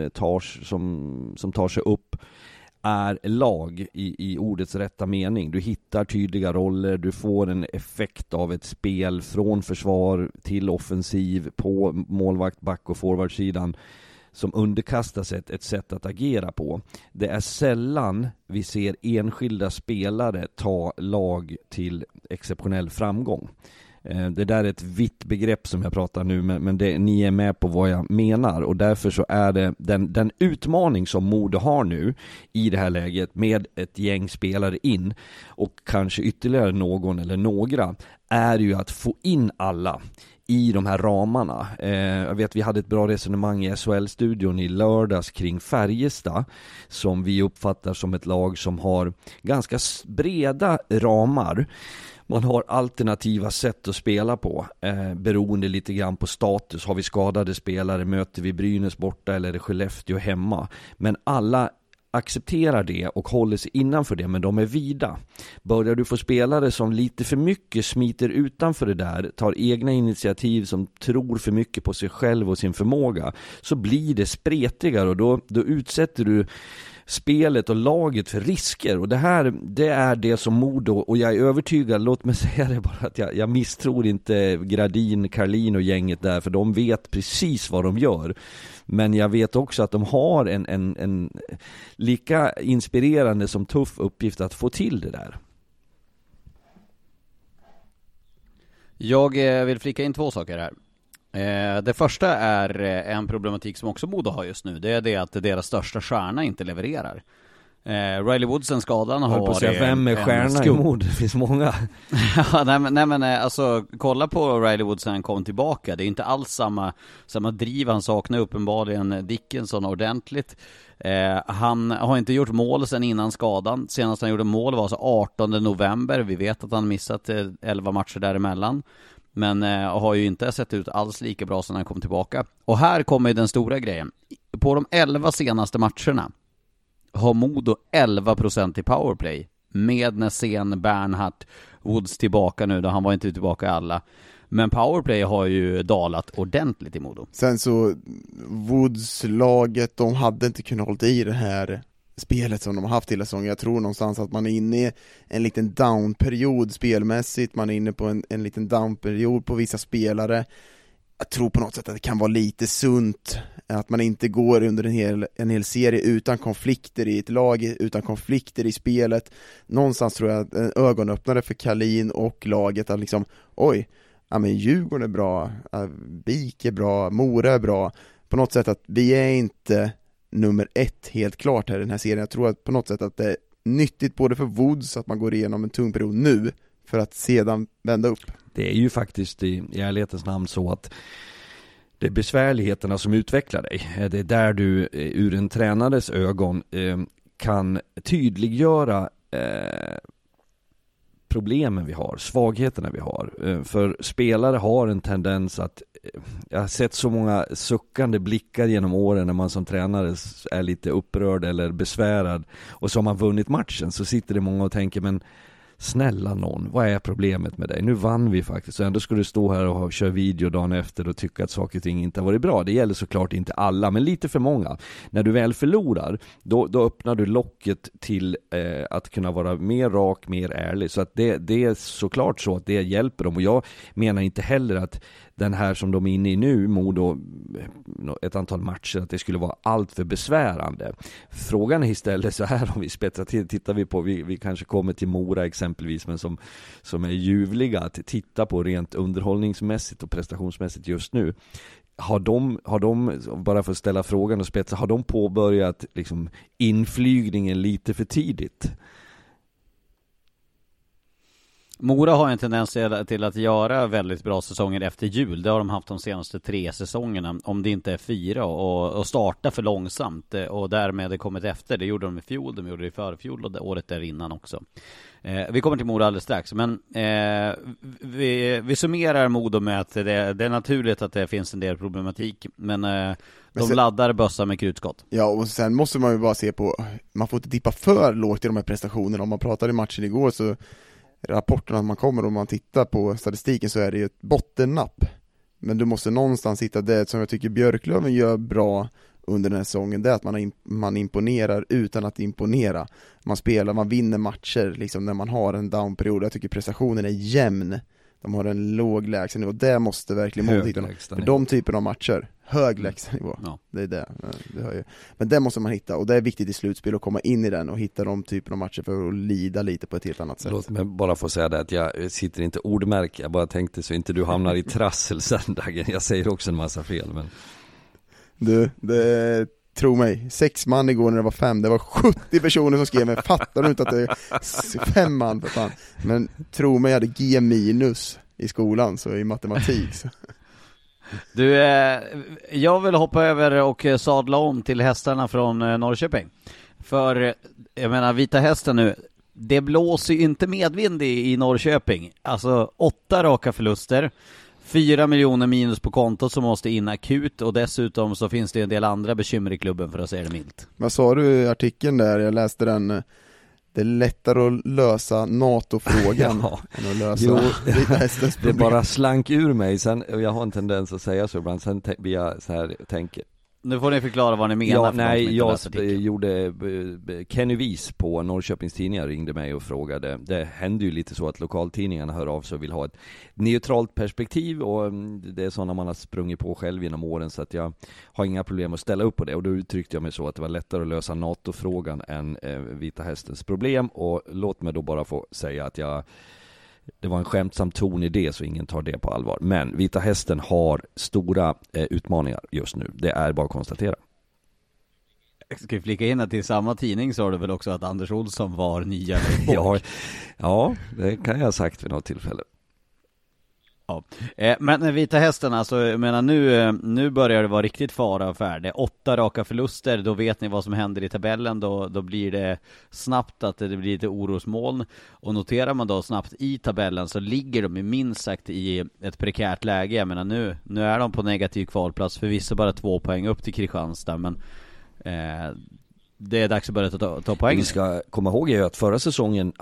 Speaker 6: tar sig upp, är lag i ordets rätta mening. Du hittar tydliga roller, du får en effekt av ett spel från försvar till offensiv på målvakt, back och forwardsidan som underkastas ett sätt att agera på. Det är sällan vi ser enskilda spelare ta lag till exceptionell framgång. Det där är ett vitt begrepp som jag pratar nu, men ni är med på vad jag menar, och därför så är det den utmaning som Modo har nu i det här läget med ett gäng spelare in och kanske ytterligare någon eller några, är ju att få in alla i de här ramarna. Jag vet vi hade ett bra resonemang i SHL-studion i lördags kring Färjestad, som vi uppfattar som ett lag som har ganska breda ramar. Man har alternativa sätt att spela på, beroende lite grann på status. Har vi skadade spelare, möter vi Brynäs borta eller är det Skellefteå hemma. Men alla accepterar det och håller sig innanför det, men de är vida. Börjar du få spelare som lite för mycket smiter utanför det där, tar egna initiativ, som tror för mycket på sig själv och sin förmåga, så blir det spretigare, och då utsätter du spelet och laget för risker. Och det är det som Modo, och jag är övertygad, låt mig säga det bara, att jag misstror inte Gradin, Karlin och gänget där, för de vet precis vad de gör. Men jag vet också att de har en lika inspirerande som tuff uppgift att få till det där.
Speaker 4: Jag vill flika in två saker här. Det första är en problematik som också Modo har just nu. Det är det att deras största stjärna inte levererar. Riley Woodson skadan har varit
Speaker 6: vem är stjärna i Modo? Det finns många.
Speaker 4: nej men alltså kolla på Riley Woodson, han kom tillbaka. Det är inte alls samma driv. Han saknar uppenbarligen Dickinson ordentligt. Han har inte gjort mål sedan innan skadan. Senast han gjorde mål var alltså 18 november. Vi vet att han missat 11 matcher däremellan. Men har ju inte sett ut alls lika bra som han kom tillbaka. Och här kommer den stora grejen. På de 11 senaste matcherna har Modo 11% i powerplay. Med Nässén, Bernhardt, Woods tillbaka nu. Då han var inte tillbaka i alla. Men powerplay har ju dalat ordentligt i Modo.
Speaker 5: Sen så Woods-laget, de hade inte kunnat hålla i det här spelet som de har haft hela säsongen. Jag tror någonstans att man är inne i en liten down-period spelmässigt. Man är inne på en liten down-period på vissa spelare. Jag tror på något sätt att det kan vara lite sunt att man inte går under en hel serie utan konflikter i ett lag, utan konflikter i spelet. Någonstans tror jag att en ögonöppnare för Karlin och laget att liksom, oj, ja men Djurgården är bra, BIK är bra, Mora är bra. På något sätt att vi är inte nummer 1 helt klart här i den här serien. Jag tror att på något sätt att det är nyttigt både för Woods att man går igenom en tung period nu för att sedan vända upp.
Speaker 6: Det är ju faktiskt i ärlighetens namn så att det är besvärligheterna som utvecklar dig. Det är där du ur en tränares ögon kan tydliggöra problemen vi har, svagheterna vi har. För spelare har en tendens att, jag har sett så många suckande blickar genom åren när man som tränare är lite upprörd eller besvärad och så har man vunnit matchen, så sitter det många och tänker, men snälla någon, vad är problemet med dig? Nu vann vi faktiskt, så ändå ska du stå här och köra video dagen efter och tycka att saker och ting inte har varit bra. Det gäller såklart inte alla, men lite för många. När du väl förlorar, då öppnar du locket till att kunna vara mer rak, mer ärlig. Så att det är såklart så att det hjälper dem. Och jag menar inte heller att den här som de är inne i nu, Modo, ett antal matcher, att det skulle vara allt för besvärande. Frågan är istället så här, om vi spetsar till, tittar vi på, vi kanske kommer till Mora exempelvis, men som är ljuvliga att titta på rent underhållningsmässigt och prestationsmässigt just nu. Har de, bara för att ställa frågan och spetsa, har de påbörjat liksom inflygningen lite för tidigt?
Speaker 4: Mora har en tendens till att göra väldigt bra säsonger efter jul. Det har de haft de senaste 3 säsongerna, om det inte är 4, och starta för långsamt och därmed det kommit efter. Det gjorde de i fjol, de gjorde det i förfjol och året där innan också. Vi kommer till Mora alldeles strax, men vi summerar Modo med att det är naturligt att det finns en del problematik, men de laddar bössa med krutskott.
Speaker 5: Ja, och sen måste man ju bara se på, man får inte tippa för lågt i de här prestationerna. Om man pratade i matchen igår, så rapporterna man kommer och man tittar på statistiken, så är det ju ett bottennapp. Men du måste någonstans hitta det som jag tycker Björklöven gör bra under den här säsongen, det är att man imponerar utan att imponera. Man spelar, man vinner matcher liksom när man har en downperiod. Jag tycker prestationen är jämn. De har en låg lägstanivå. Det måste verkligen Modo hitta. För de typerna av matcher, hög lägstanivå. Ja. Det är det. Men det måste man hitta, och det är viktigt i slutspel att komma in i den och hitta de typerna av matcher för att lida lite på ett helt annat sätt.
Speaker 6: Låt mig bara få säga det att jag sitter inte ordmärke. Jag bara tänkte så inte du hamnar i trassel söndagen. Jag säger också en massa fel, men
Speaker 5: tro mig, 6 man igår när det var 5. Det var 70 personer som skrev, men fattar du inte att det är 5 man för fan? Men tro mig, jag hade G- i skolan, så i matematik så.
Speaker 4: Du, jag vill hoppa över och sadla om till hästarna från Norrköping. För, jag menar, Vita Hästen nu, det blåser ju inte medvind i Norrköping. Alltså 8 raka förluster, 4 miljoner minus på kontot som måste in akut, och dessutom så finns det en del andra bekymmer i klubben, för att säga det milt.
Speaker 5: Vad sa du i artikeln där? Jag läste den. Det är lättare att lösa NATO-frågan än att lösa Vita Hästens problem.
Speaker 6: Det bara slank ur mig. Sen, jag har en tendens att säga så ibland, sen blir jag så här, tänker.
Speaker 4: Nu får ni förklara vad ni menar.
Speaker 6: Ja, nej, jag gjorde Kenny Wies på Norrköpings tidningar ringde mig och frågade. Det händer ju lite så att lokaltidningarna hör av sig och vill ha ett neutralt perspektiv, och det är sådana man har sprungit på själv genom åren, så att jag har inga problem att ställa upp på det. Och då uttryckte jag mig så att det var lättare att lösa NATO-frågan än Vita Hästens problem. Och låt mig då bara få säga att det var en skämtsam ton i det, så ingen tar det på allvar. Men Vita Hästen har stora utmaningar just nu. Det är bara att konstatera.
Speaker 4: Ska vi flika in att till samma tidning så har du väl också att Anders Olsson var nya
Speaker 6: ja, det kan jag ha sagt vid något tillfälle.
Speaker 4: Ja. Men Vita Hästen, alltså, jag menar, nu börjar det vara riktigt fara och färd. 8 raka förluster, då vet ni vad som händer i tabellen. Då blir det snabbt att det blir lite orosmoln. Och noterar man då snabbt i tabellen, så ligger de ju minst sagt i ett prekärt läge. Jag menar, nu är de på negativ kvalplats, förvisso bara 2 poäng upp till Kristianstad, men det är dags att börja ta poäng.
Speaker 6: Vi ska komma ihåg att förra säsongen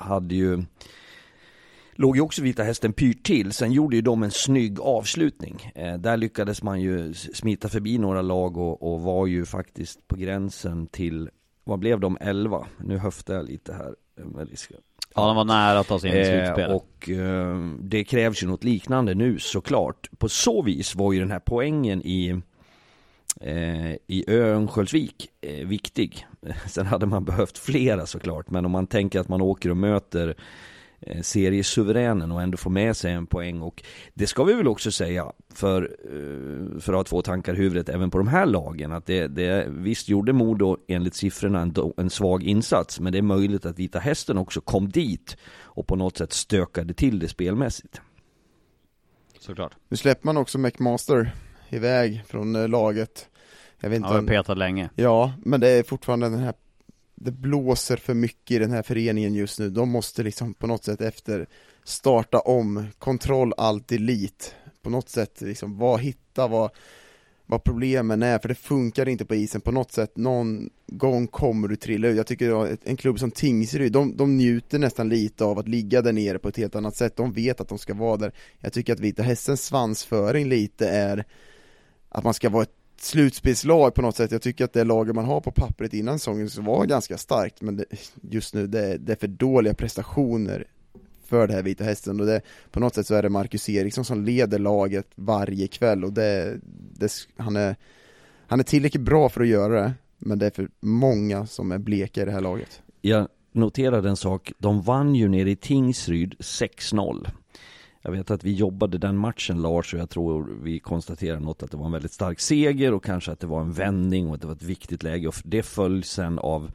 Speaker 6: låg ju också Vita Hästen pyrt till. Sen gjorde ju de en snygg avslutning. Där lyckades man ju smita förbi några lag och var ju faktiskt på gränsen till, vad blev de, 11? Nu höftar jag lite här.
Speaker 4: Ja, de var nära att ta sig in i slutspel.
Speaker 6: Och det krävs ju något liknande nu, såklart. På så vis var ju den här poängen i Örnsköldsvik viktig. Sen hade man behövt flera, såklart. Men om man tänker att man åker och möter seriesuveränen och ändå få med sig en poäng. Och det ska vi väl också säga för att ha två tankar i huvudet även på de här lagen, att det visst gjorde Modo enligt siffrorna en svag insats, men det är möjligt att Vita Hästen också kom dit och på något sätt stökade till det spelmässigt.
Speaker 4: Såklart.
Speaker 5: Nu släpper man också McMaster iväg från laget. Jag vet inte,
Speaker 4: har petat länge.
Speaker 5: Ja, men det är fortfarande den här, det blåser för mycket i den här föreningen just nu. De måste liksom på något sätt efter starta om, kontroll allt elit. På något sätt liksom vad problemen är, för det funkar inte på isen på något sätt. Någon gång kommer du trilla ut. Jag tycker en klubb som Tingsryd, de njuter nästan lite av att ligga där nere på ett helt annat sätt. De vet att de ska vara där. Jag tycker att Vita Hästens svansföring lite är att man ska vara ett slutspelslag på något sätt. Jag tycker att det laget man har på pappret innan säsongen så var ganska starkt, men just nu det är för dåliga prestationer för det här Vita Hästen, och på något sätt så är det Marcus Eriksson som leder laget varje kväll, och han är tillräckligt bra för att göra det, men det är för många som är bleka i det här laget.
Speaker 6: Jag noterade en sak, de vann ju nere i Tingsryd 6-0. Jag vet att vi jobbade den matchen, Lars, och jag tror vi konstaterade något att det var en väldigt stark seger och kanske att det var en vändning och att det var ett viktigt läge, och det följs sen av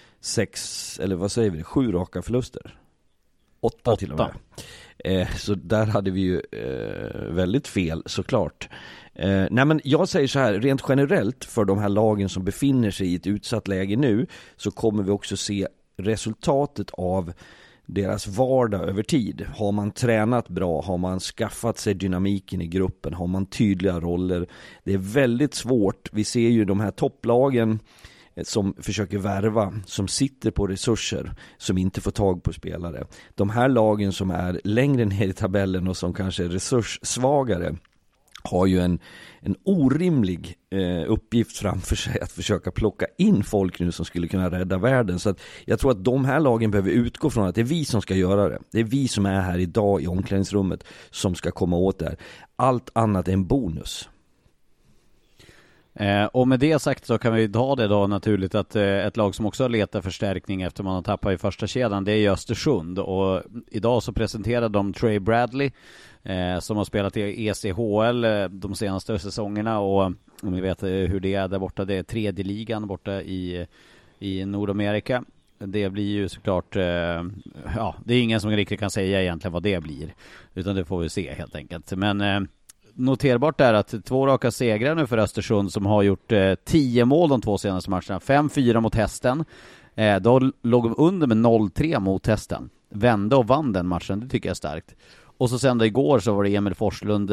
Speaker 6: 7 raka förluster. 8 till och med. Så där hade vi ju väldigt fel såklart. Nej, men jag säger så här, rent generellt för de här lagen som befinner sig i ett utsatt läge nu, så kommer vi också se resultatet av deras vardag över tid. Har man tränat bra? Har man skaffat sig dynamiken i gruppen? Har man tydliga roller? Det är väldigt svårt. Vi ser ju de här topplagen som försöker värva, som sitter på resurser, som inte får tag på spelare. De här lagen som är längre ner i tabellen och som kanske är resurssvagare har ju en orimlig uppgift framför sig att försöka plocka in folk nu som skulle kunna rädda världen. Så att jag tror att de här lagen behöver utgå från att det är vi som ska göra det. Det är vi som är här idag i omklädningsrummet som ska komma åt det här. Allt annat är en bonus.
Speaker 4: Och med det sagt så kan vi ta det då naturligt att ett lag som också har letat förstärkning efter man har tappat i första kedjan, det är Östersund, och idag så presenterade de Trey Bradley som har spelat i ECHL de senaste säsongerna, och om ni vet hur det är där borta, det är 3:e ligan borta i Nordamerika. Det blir ju såklart det är ingen som riktigt kan säga egentligen vad det blir, utan det får vi se helt enkelt. Men noterbart är att 2 raka segrar nu för Östersund, som har gjort 10 mål de 2 senaste matcherna. 5-4 mot Hästen. Då låg de under med 0-3 mot Hästen. Vände och vann den matchen, det tycker jag är starkt. Och så sen då igår så var det Emil Forslund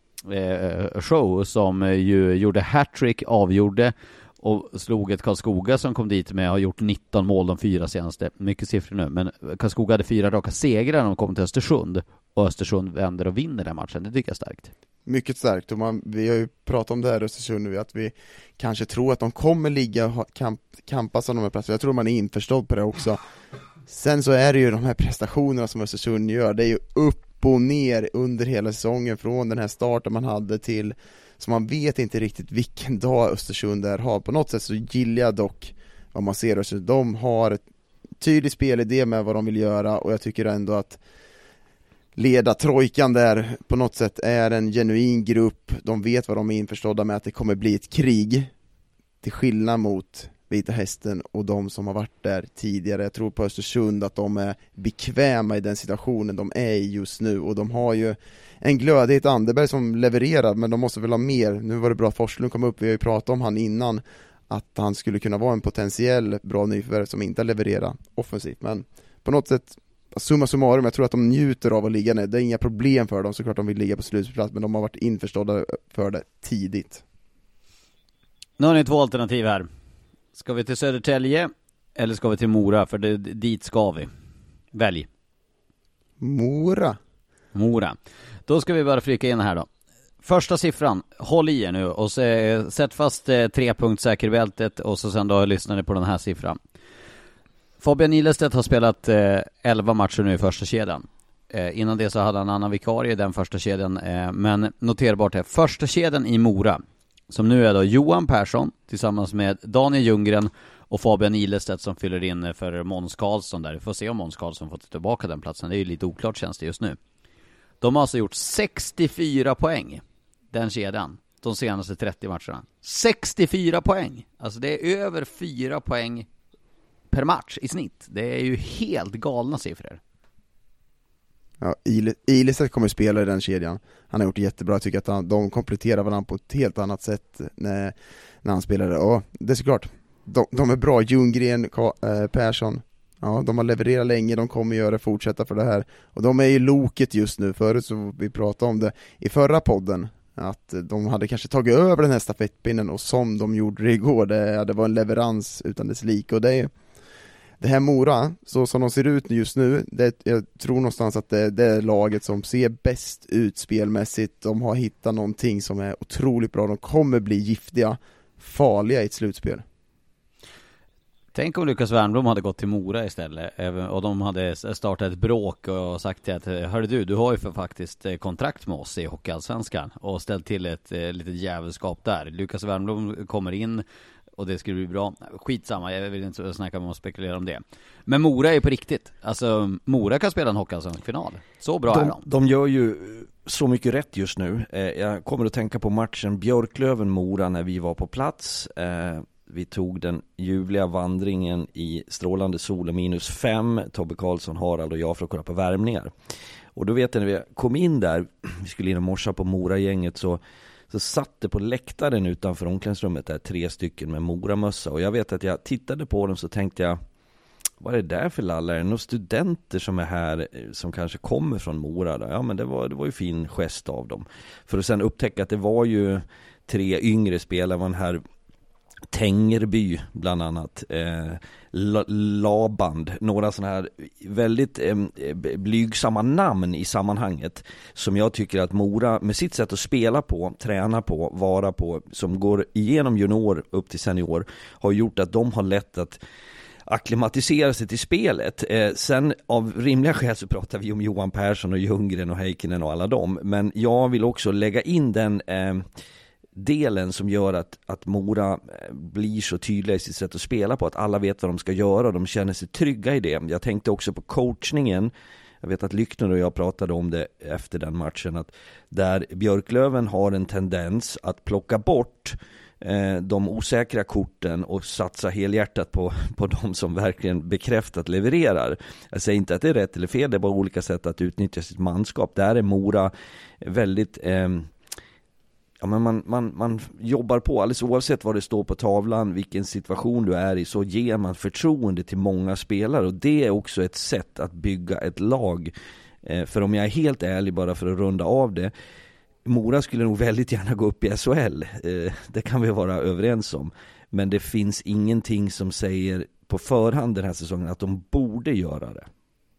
Speaker 4: show som ju gjorde hattrick, avgjorde och slog ett Karlskoga som kom dit med har gjort 19 mål de 4 senaste. Mycket siffror nu, men Karlskoga hade 4 raka segrar när de kom till Östersund, och Östersund vänder och vinner den matchen. Det tycker jag är starkt. Mycket
Speaker 5: starkt, och vi har ju pratat om det här Östersund nu, att vi kanske tror att de kommer ligga och kampas om de här platserna. Jag tror man är införstådd på det också. Sen så är det ju de här prestationerna som Östersund gör, det är ju upp och ner under hela säsongen, från den här starten man hade till, så man vet inte riktigt vilken dag Östersund där har. På något sätt så gillar jag dock vad man ser Östersund. De har ett tydligt spelidé med vad de vill göra, och jag tycker ändå att leda trojkan där på något sätt är en genuin grupp. De vet vad de är införstådda med, att det kommer bli ett krig, till skillnad mot Vita Hästen och de som har varit där tidigare. Jag tror på Östersund att de är bekväma i den situationen de är i just nu, och de har ju en glödighet Anderberg som levererar, men de måste väl ha mer. Nu var det bra att Forslund kom upp, vi har ju pratat om han innan, att han skulle kunna vara en potentiell bra nyförvärv som inte levererar offensivt, men på något sätt summa summarum, jag tror att de njuter av att ligga ner. Det är inga problem för dem, såklart de vill ligga på slutplats, men de har varit införstådda för det tidigt.
Speaker 4: Nu har ni 2 alternativ här. Ska vi till Södertälje eller ska vi till Mora? För dit ska vi. Välj.
Speaker 5: Mora.
Speaker 4: Då ska vi bara flika in här då. Första siffran, håll i er nu och sätt fast 3-punktsäkerbältet, och så sen då lyssnar ni på den här siffran. Fabian Ilestedt har spelat 11 matcher nu i första kedjan. Innan det så hade han en annan vikarie i den första kedjan, men noterbart är första kedjan i Mora, som nu är då Johan Persson tillsammans med Daniel Ljunggren och Fabian Ilestedt som fyller in för Måns Karlsson där. Vi får se om Måns Karlsson får tillbaka den platsen. Det är ju lite oklart känns det just nu. De har alltså gjort 64 poäng, den kedjan, de senaste 30 matcherna. 64 poäng! Alltså det är över 4 poäng per match i snitt. Det är ju helt galna siffror.
Speaker 5: Ja, Ilestedt kommer spela i den kedjan. Han har gjort jättebra. Jag tycker att de kompletterar varandra på ett helt annat sätt när han spelade. Och det är såklart, de är bra. Ljunggren, Persson, ja, de har levererat länge. De kommer fortsätta för det här. Och de är ju loket just nu. Förut så vi pratade om det i förra podden, att de hade kanske tagit över den här stafettpinnen, och som de gjorde det igår, det var en leverans utan dess like. Och det här Mora, så som de ser ut just nu, jag tror någonstans att det är laget som ser bäst ut spelmässigt. De har hittat någonting som är otroligt bra. De kommer bli giftiga, farliga i ett slutspel.
Speaker 4: Tänk om Lukas Wernbloom hade gått till Mora istället och de hade startat ett bråk och sagt till att hörru du har ju för faktiskt kontrakt med oss i Hockeyallsvenskan och ställt till ett litet jävelskap där. Lukas Wernbloom kommer in och det skulle bli bra. Skitsamma, jag vill inte snacka om och spekulera om det. Men Mora är på riktigt. Alltså Mora kan spela en Hockeyallsvensk-final. Så bra är de.
Speaker 6: De gör ju så mycket rätt just nu. Jag kommer att tänka på matchen Björklöven-Mora när vi var på plats. Vi tog den ljuvliga vandringen i strålande sol och -5. Tobbe Karlsson, Harald och jag för att kolla på värmningar. Och då vet jag när vi kom in där, vi skulle in och morsa på Mora-gänget, så satt det på läktaren utanför omklädningsrummet där 3 stycken med Mora-mössa. Och jag vet att jag tittade på dem så tänkte jag, vad är det där för lallar? Är det några studenter som är här som kanske kommer från Mora? Då? Ja, men det var ju fin gest av dem. För att sen upptäcka att det var ju 3 yngre spelare, var den här Tengerby bland annat, Laband, några sådana här väldigt blygsamma namn i sammanhanget som jag tycker att Mora med sitt sätt att spela på, träna på, vara på, som går igenom junior upp till senior, har gjort att de har lätt att akklimatisera sig till spelet. Sen av rimliga skäl så pratar vi om Johan Persson och Ljunggren och Heikkinen och alla dem, men jag vill också lägga in den delen som gör att Mora blir så tydliga i sitt sätt att spela på, att alla vet vad de ska göra och de känner sig trygga i det. Jag tänkte också på coachningen. Jag vet att Lyckner och jag pratade om det efter den matchen, att där Björklöven har en tendens att plocka bort de osäkra korten och satsa helhjärtat på de som verkligen bekräftat levererar. Jag säger inte att det är rätt eller fel, det är bara olika sätt att utnyttja sitt manskap. Där är Mora väldigt ja, men man jobbar på, alldeles oavsett vad det står på tavlan, vilken situation du är i, så ger man förtroende till många spelare, och det är också ett sätt att bygga ett lag. För om jag är helt ärlig, bara för att runda av det, Mora skulle nog väldigt gärna gå upp i SHL, det kan vi vara överens om, men det finns ingenting som säger på förhand den här säsongen att de borde göra det.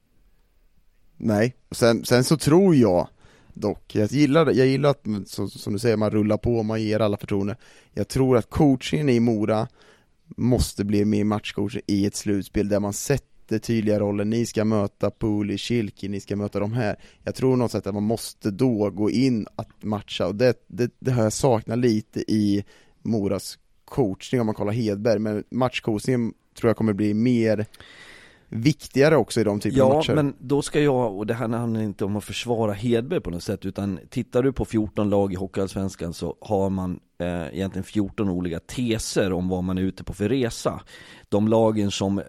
Speaker 5: Nej, sen så tror jag dock, jag gillar att som du säger, man rullar på och man ger alla förtroende. Jag tror att coachingen i Mora måste bli mer matchcoaching i ett slutspel där man sätter tydliga roller. Ni ska möta Puli, Kilki, ni ska möta de här. Jag tror något sätt att man måste då gå in att matcha, och det har jag saknat lite i Moras coachning om man kollar Hedberg, men matchcoachningen tror jag kommer bli mer viktigare också i de typer av matcher.
Speaker 6: Ja, men då ska jag, och det här handlar inte om att försvara Hedberg på något sätt, utan tittar du på 14 lag i Hockeyallsvenskan så har man egentligen 14 olika teser om vad man är ute på för resa. De lagen som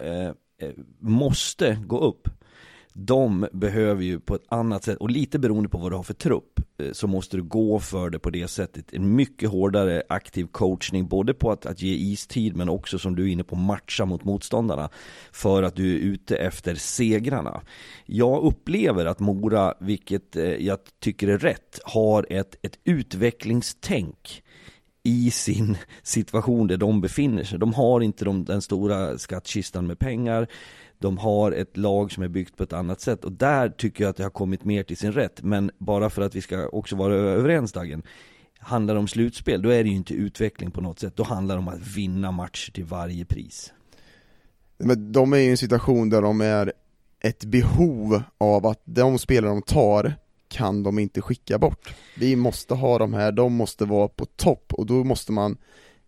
Speaker 6: måste gå upp, de behöver ju på ett annat sätt, och lite beroende på vad du har för trupp, så måste du gå för det på det sättet. En mycket hårdare aktiv coachning, både på att ge istid, men också, som du är inne på, matcha mot motståndarna, för att du är ute efter segrarna. Jag upplever att Mora, vilket jag tycker är rätt, har ett utvecklingstänk i sin situation där de befinner sig. De har inte den stora skattkistan med pengar. De har ett lag som är byggt på ett annat sätt, och där tycker jag att det har kommit mer till sin rätt. Men bara för att vi ska också vara överens, Dagen, handlar det om slutspel, då är det ju inte utveckling på något sätt. Då handlar det om att vinna matcher till varje pris.
Speaker 5: Men de är ju i en situation där de är ett behov av att de spelare de tar kan de inte skicka bort. Vi måste ha de här, de måste vara på topp, och då måste man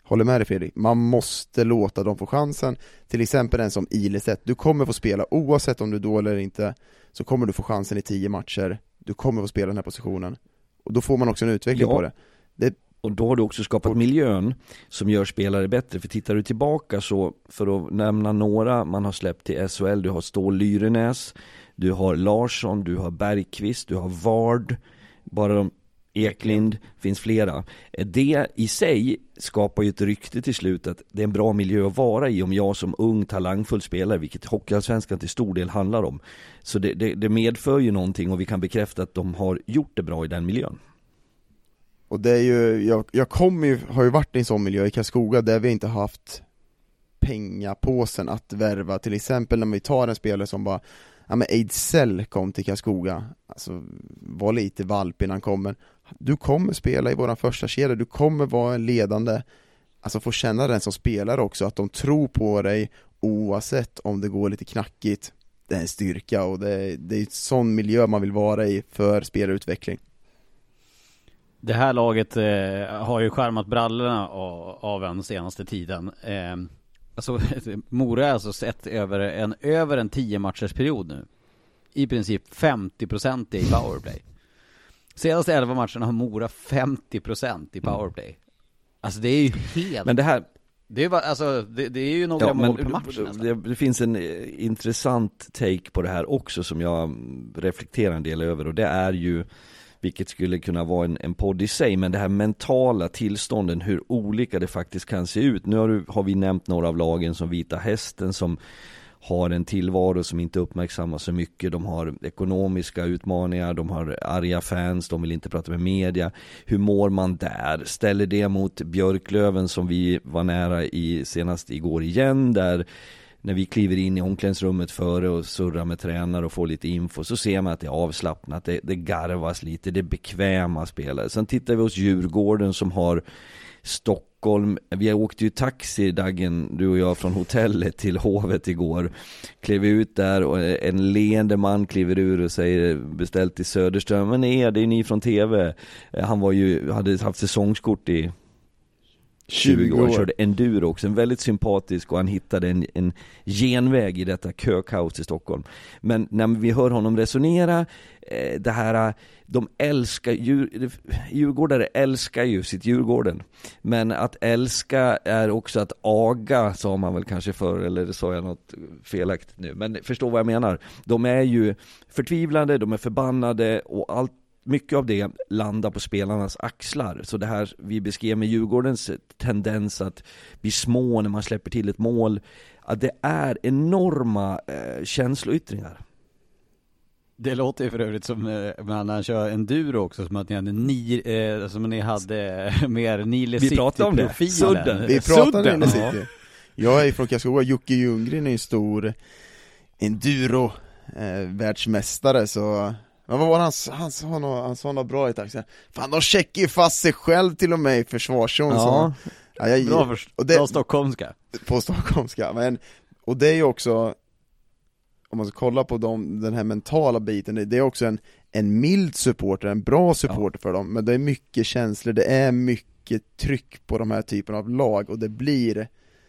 Speaker 5: håller med dig Fredrik, man måste låta dem få chansen. Till exempel en som Ilestedt, du kommer få spela oavsett om du är dålig eller inte, så kommer du få chansen i 10 matcher, du kommer få spela den här positionen, och då får man också en utveckling på det.
Speaker 6: Och då har du också skapat miljön som gör spelare bättre. För tittar du tillbaka så, för att nämna några man har släppt till SHL, du har Stål Lyrenäs, du har Larsson, du har Bergqvist, du har Vard, bara de Eklind, finns flera. Det i sig skapar ju ett rykte till slut att det är en bra miljö att vara i om jag som ung talangfull spelare, vilket Hockeyallsvenskan till stor del handlar om. Så det medför ju någonting, och vi kan bekräfta att de har gjort det bra i den miljön.
Speaker 5: Och det är ju, har ju varit i en sån miljö i Karlskoga där vi inte haft pengapåsen att värva. Till exempel när vi tar en spelare som bara, ja men Ejdsell kom till Karlskoga, alltså var lite valp innan han kommer. Du kommer spela i våran första kedja, du kommer vara en ledande, alltså få känna den som spelare också, att de tror på dig oavsett om det går lite knackigt. Det är en styrka, och det är en sån miljö man vill vara i för spelarutveckling. Det
Speaker 4: här laget har ju skärmat brallorna av en senaste tiden. Alltså, Mora har alltså sett över en 10 matchers period nu. I princip 50% i powerplay. Senaste 11 matcherna har Mora 50% i powerplay. Alltså det är ju helt...
Speaker 6: Men det här...
Speaker 4: Det är, alltså, det är ju några mål per match nästan.
Speaker 6: Det finns en intressant take på det här också som jag reflekterar en del över, och det är ju, vilket skulle kunna vara en podd i sig, men det här mentala tillstånden, hur olika det faktiskt kan se ut. Nu har vi nämnt några av lagen som Vita Hästen, som har en tillvaro som inte uppmärksammas så mycket. De har ekonomiska utmaningar, de har arga fans, de vill inte prata med media. Hur mår man där? Ställer det mot Björklöven som vi var nära i senast igår igen, där när vi kliver in i omklädningsrummet före och surrar med tränare och får lite info, så ser man att det är avslappnat, det garvas lite, det är bekväma spelare. Sen tittar vi hos Djurgården som har Stockholm. Vi åkte ju taxi, Daggen, du och jag, från hotellet till Hovet igår. Klev ut där och en leende man kliver ur och säger, beställt till Söderström, men det är ni från TV. Han hade haft säsongskort i 20 år, körde enduro också, en väldigt sympatisk, och han hittade en genväg i detta kökaos i Stockholm. Men när vi hör honom resonera, det här, de älskar djurgårdare älskar ju sitt Djurgården, men att älska är också att aga, sa man väl kanske förr, eller sa jag något felaktigt nu, men förstå vad jag menar. De är ju förtvivlade, de är förbannade, och allt, mycket av det landar på spelarnas axlar. Så det här vi beskrev med Djurgårdens tendens att bli små när man släpper till ett mål, att det är enorma känsloyttringar.
Speaker 4: Det låter ju för övrigt som när han kör enduro också, som att ni hade som ni hade mer Nile City.
Speaker 6: Vi pratade om det.
Speaker 4: Sudden.
Speaker 5: Vi pratade om Nile City. Jag är från Karlskoga, Jocke Ljunggren är en stor enduro världsmästare, så men vad var han sa något bra i taxi. Fan, de checkar ju fast sig själv till och med i försvarszon.
Speaker 6: Ja,
Speaker 4: bra stockholmska.
Speaker 5: På stockholmska, men, och det är ju också, om man ska kolla på den här mentala biten, det är också en mild supporter, en bra supporter för dem, men det är mycket känslor, det är mycket tryck på de här typerna av lag, och det blir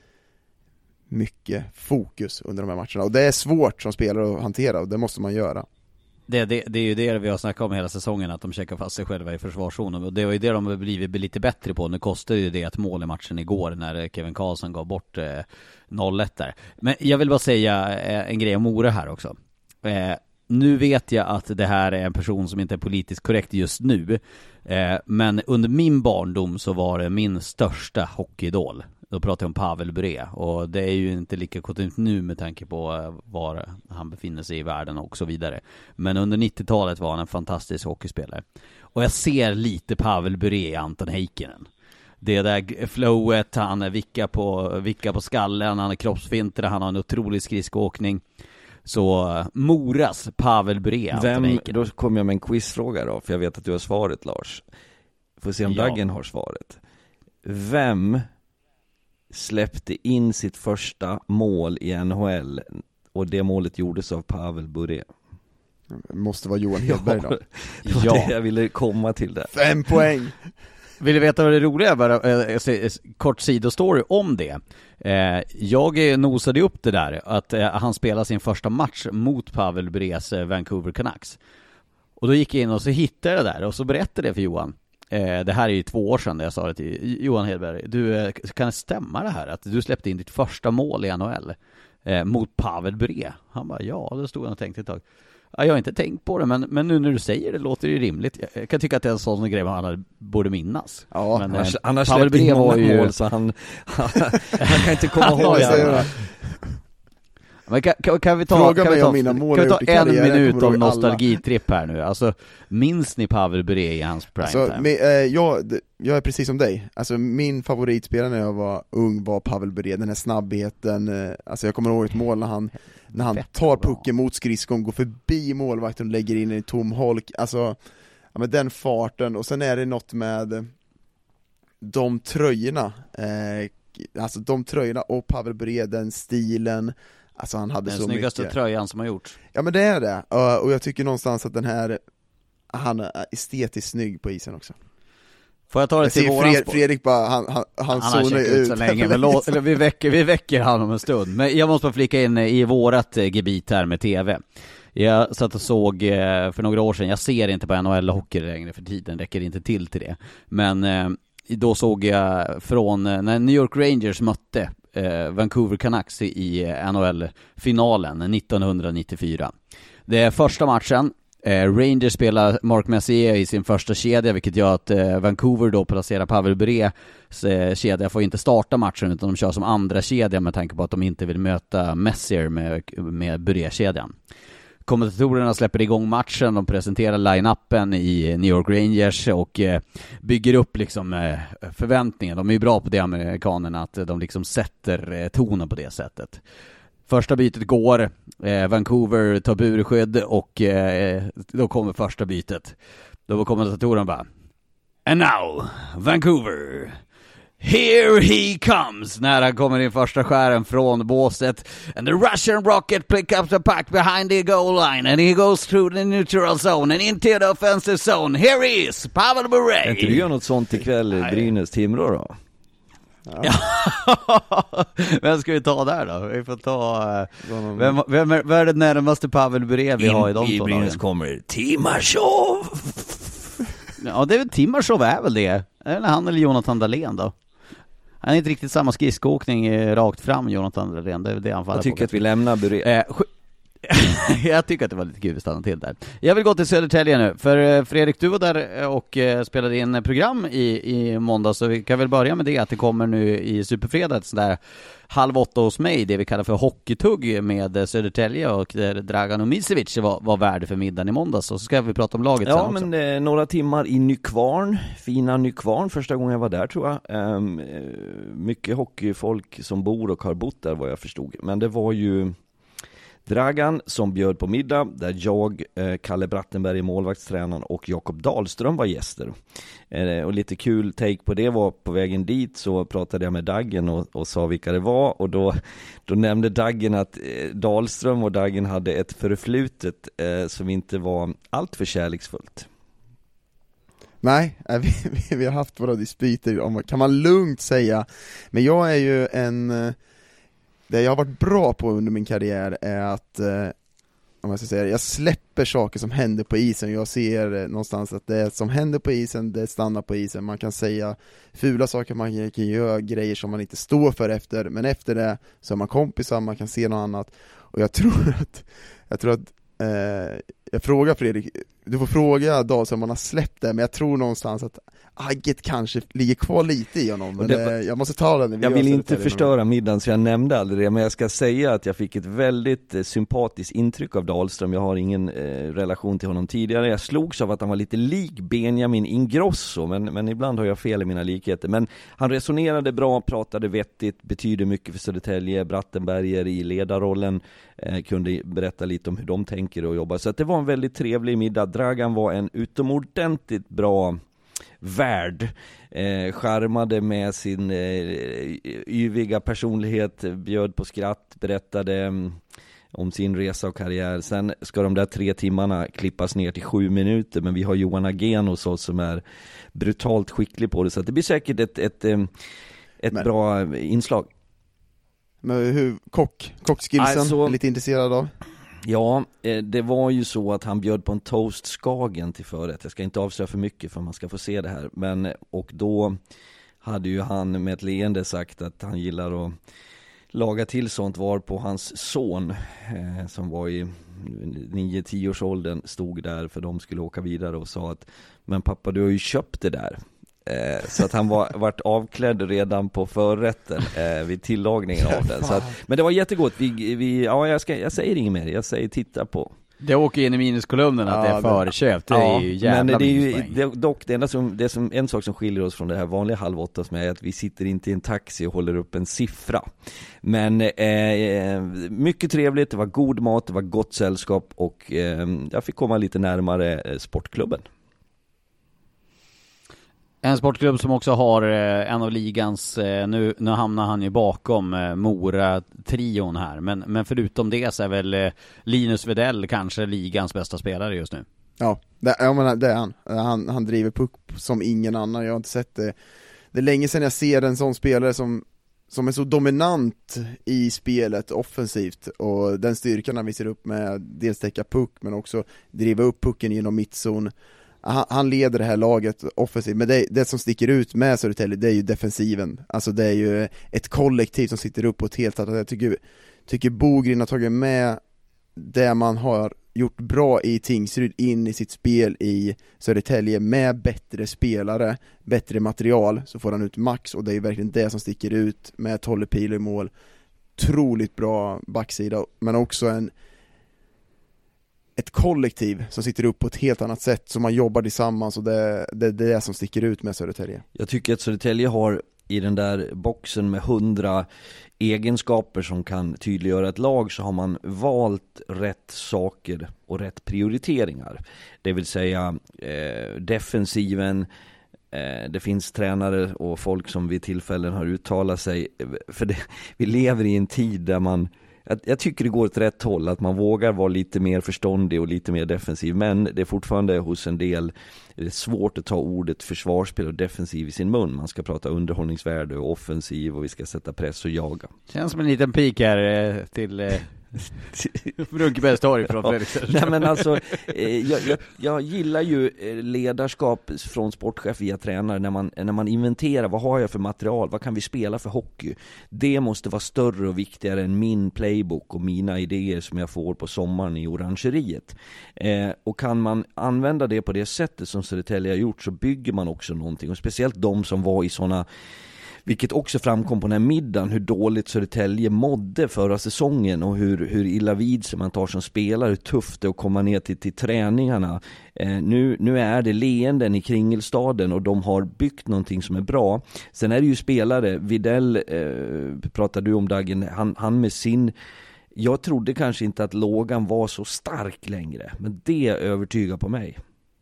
Speaker 5: mycket fokus under de här matcherna, och det är svårt som spelare att hantera, och det måste man göra.
Speaker 4: Det är ju det vi har snackat om hela säsongen, att de checkar fast sig själva i försvarszonen, och det var ju det de har blivit lite bättre på. Nu kostade ju det ett mål i matchen igår när Kevin Karlsson gav bort 0-1 där. Men jag vill bara säga en grej om Mora här också. Nu vet jag att det här är en person som inte är politiskt korrekt just nu, men under min barndom så var det min största hockeyidol. Då pratar jag om Pavel Bure, och det är ju inte lika korrekt nu med tanke på var han befinner sig i världen och så vidare. Men under 90-talet var han en fantastisk hockeyspelare. Och jag ser lite Pavel Bure i Anton Heikkinen. Det där flowet, han vickar på skallen, han har kroppsfinter, han har en otrolig skridskoåkning. Så Moras Pavel Bure.
Speaker 6: Då kommer jag med en quizfråga då, för jag vet att du har svaret, Lars. Får se om Daggen har svaret. Vem släppte in sitt första mål i NHL, och det målet gjordes av Pavel Bure?
Speaker 5: Det måste vara Johan Hedberg då.
Speaker 6: Det var det jag ville komma till där.
Speaker 5: 5 poäng.
Speaker 4: Vill du veta vad det roliga är? Bara, kort sidostory om det. Jag nosade upp det där, att han spelade sin första match mot Pavel Brés Vancouver Canucks. Och då gick jag in och så hittade jag det där och så berättade det för Johan. Det här är ju 2 år sedan jag sa det till Johan Hedberg. Du, kan det stämma det här att du släppte in ditt första mål i NHL mot Pavel Bré? Han bara, ja, det stod han och tänkte ett tag. Ja, jag har inte tänkt på det, men nu när du säger det låter det ju rimligt. Jag kan tycka att det är en sån grej man borde minnas.
Speaker 6: Ja,
Speaker 4: men
Speaker 6: han har släppt in många mål så han kan inte komma ihåg det.
Speaker 4: Men kan vi ta en minut om nostalgitripp här nu? Alltså, minns ni Pavel Bure i hans primetime?
Speaker 5: Jag är precis som dig. Alltså, min favoritspelare när jag var ung var Pavel Bure, den här snabbheten. Alltså, jag kommer ihåg ett mål när han tar pucken mot skridskon, går förbi målvakten och lägger in i en tom holk. Alltså, ja, med den farten. Och sen är det något med de tröjorna. Alltså de tröjorna och Pavel Bure, den stilen. Alltså han hade
Speaker 4: den
Speaker 5: så
Speaker 4: snyggaste
Speaker 5: mycket.
Speaker 4: Tröjan som har gjorts.
Speaker 5: Ja, men det är det. Och jag tycker någonstans att han är estetiskt snygg på isen också.
Speaker 4: Får jag ta det till våran
Speaker 5: Fredrik bara, han zonar ut
Speaker 4: så länge, men vi väcker han om en stund. Men jag måste bara flika in i vårat gebit här med TV. Jag satt och såg för några år sedan, jag ser inte på NHL-hockey längre för tiden räcker inte till det. Men då såg jag från när New York Rangers mötte Vancouver Canucks i NHL-finalen 1994. Det är första matchen. Rangers spelar Mark Messier i sin första kedja, vilket gör att Vancouver då placerar Pavel Bures kedja får inte starta matchen utan de kör som andra kedja med tanke på att de inte vill möta Messier med Bure-kedjan. Kommentatorerna släpper igång matchen, de presenterar line-upen i New York Rangers och bygger upp liksom förväntningar. De är ju bra på det, amerikanerna, att de liksom sätter tonen på det sättet. Första bytet går, Vancouver tar burskydd och då kommer första bytet. Då var kommentatorerna bara, and now, Vancouver, here he comes, när han kommer in första skären från båset. And the Russian Rocket pick up the puck behind the goal line and he goes through the neutral zone and into the offensive zone. Here he is, Pavel Bure.
Speaker 6: Kan inte du göra något sånt ikväll i Brynäs-Timrå då?
Speaker 4: Ja. Vem ska vi ta där då? Vi får ta vem är det närmaste Pavel Bure vi har i de två
Speaker 6: Brynäs kommer Timashov.
Speaker 4: Ja, det är väl Timashov är väl det. Eller han eller Jonathan Dahlén då. Han är inte riktigt samma skridskoåkning rakt fram, Jonathan Dahlén. Det är det han faller på.
Speaker 6: Jag tycker att vi lämnar Bure.
Speaker 4: Jag tycker att det var lite kul att stanna till där. Jag vill gå till Södertälje nu. För Fredrik, du var där och spelade in program i måndag. Så vi kan väl börja med det att det kommer nu i Superfredag ett sånt där 7:30 hos mig, det vi kallar för hockeytugg med Södertälje, och där Dragan Omisevic var värd för middagen i måndag. Så ska vi prata om laget sen också.
Speaker 6: Ja, men några timmar i Nykvarn, fina Nykvarn, första gången jag var där tror jag. Mycket hockeyfolk som bor och har bott där vad jag förstod. Men det var ju Dragan som bjöd på middag där jag, Kalle Brattenberg, målvaktstränaren, och Jakob Dahlström var gäster. Och lite kul take på det var på vägen dit så pratade jag med Daggen och sa vilka det var, och då nämnde Daggen att Dahlström och Daggen hade ett förflutet som inte var allt för kärleksfullt.
Speaker 5: Nej, vi har haft våra dispyter om, kan man lugnt säga. Men jag är ju det jag har varit bra på under min karriär är att om jag ska säga, jag släpper saker som händer på isen. Jag ser någonstans att det som händer på isen, det stannar på isen. Man kan säga fula saker, man kan göra grejer som man inte står för efter, men efter det så är man kompisar, man kan se något annat. Och jag tror att jag frågar Fredrik, du får fråga Dahlström om man har släppt det, men jag tror någonstans att agget kanske ligger kvar lite i honom, men jag måste ta den.
Speaker 6: Jag vill inte förstöra middagen så jag nämnde aldrig det, men jag ska säga att jag fick ett väldigt sympatiskt intryck av Dahlström. Jag har ingen relation till honom tidigare. Jag slogs av att han var lite lik Benjamin Ingrosso, men ibland har jag fel i mina likheter. Men han resonerade bra, pratade vettigt, betyder mycket för Södertälje. Brattenberger i ledarrollen kunde berätta lite om hur de tänker och jobbar. Så att det var en väldigt trevlig middag. Dragan var en utomordentligt bra värd, charmade med sin yviga personlighet, bjöd på skratt, berättade om sin resa och karriär. Sen ska de där 3 timmarna klippas ner till 7 minuter, men vi har Johan Agén hos oss som är brutalt skicklig på det, så att det blir säkert ett bra inslag.
Speaker 5: Men hur kockskillsen
Speaker 6: alltså,
Speaker 5: är lite intresserad av?
Speaker 6: Ja, det var ju så att han bjöd på en toast Skagen till förrätt. Jag ska inte avslöja för mycket för man ska få se det här. Och då hade ju han med ett leende sagt att han gillar att laga till sånt, var på hans son som var i 9-10 års åldern stod där för de skulle åka vidare och sa att men pappa, du har ju köpt det där. Så att han vart avklädd redan på förrätten vid tillagningen av den. Så att, men det var jättegott. Jag säger inget mer. Jag säger titta på.
Speaker 4: Det åker in i minuskolumnen att det är förköpt. Det är ju jävla
Speaker 6: men det är ju dock en sak som skiljer oss från det här vanliga 7:30 som är att vi sitter inte i en taxi och håller upp en siffra. Men mycket trevligt, det var god mat, det var gott sällskap och jag fick komma lite närmare sportklubben.
Speaker 4: En sportklubb som också har en av ligans, nu hamnar han ju bakom Mora-trion här, men förutom det så är väl Linus Widell kanske ligans bästa spelare just nu.
Speaker 5: Ja, det är han driver puck som ingen annan. Jag har inte sett det. Det är länge sedan jag ser en sån spelare som är så dominant i spelet offensivt, och den styrkan han visar upp med dels täcka puck men också driva upp pucken genom mittzon. Han leder det här laget offensivt, men det som sticker ut med Södertälje, det är ju defensiven. Alltså det är ju ett kollektiv som sitter upp på ett helt annat. Jag tycker Bogren har tagit med det man har gjort bra i Tingsryd in i sitt spel i Södertälje med bättre spelare, bättre material, så får han ut max, och det är ju verkligen det som sticker ut med Tolle Pilo i mål. Otroligt bra backsida, men också ett kollektiv som sitter upp på ett helt annat sätt, som man jobbar tillsammans, och det är det som sticker ut med Södertälje.
Speaker 6: Jag tycker att Södertälje har i den där boxen med 100 egenskaper som kan tydliggöra ett lag, så har man valt rätt saker och rätt prioriteringar. Det vill säga defensiven, det finns tränare och folk som vid tillfällen har uttalat sig, för vi lever i en tid där jag tycker det går åt rätt håll, att man vågar vara lite mer förståndig och lite mer defensiv, men det är fortfarande hos en del det är svårt att ta ordet försvarsspel och defensiv i sin mun. Man ska prata underhållningsvärde och offensiv, och vi ska sätta press och jaga.
Speaker 4: Känns som en liten pik här till Brunkebergs torg från Fredrik.
Speaker 6: Nej, men alltså jag gillar ju ledarskap från sportchef via tränare när man inventerar, vad har jag för material, vad kan vi spela för hockey. Det måste vara större och viktigare än min playbook och mina idéer som jag får på sommaren i orangeriet. Och kan man använda det på det sättet som Södertälje har gjort, så bygger man också någonting. Och speciellt de som var i såna, vilket också framkom på den här middagen, hur dåligt Södertälje mådde förra säsongen och hur illa vid sig man tar som spelare, hur tufft det är att komma ner till träningarna. Nu är det leenden i Kringelstaden och de har byggt någonting som är bra. Sen är det ju spelare, Widell pratade du om, Dagen, han med sin... Jag trodde kanske inte att Logan var så stark längre, men det övertygar på mig.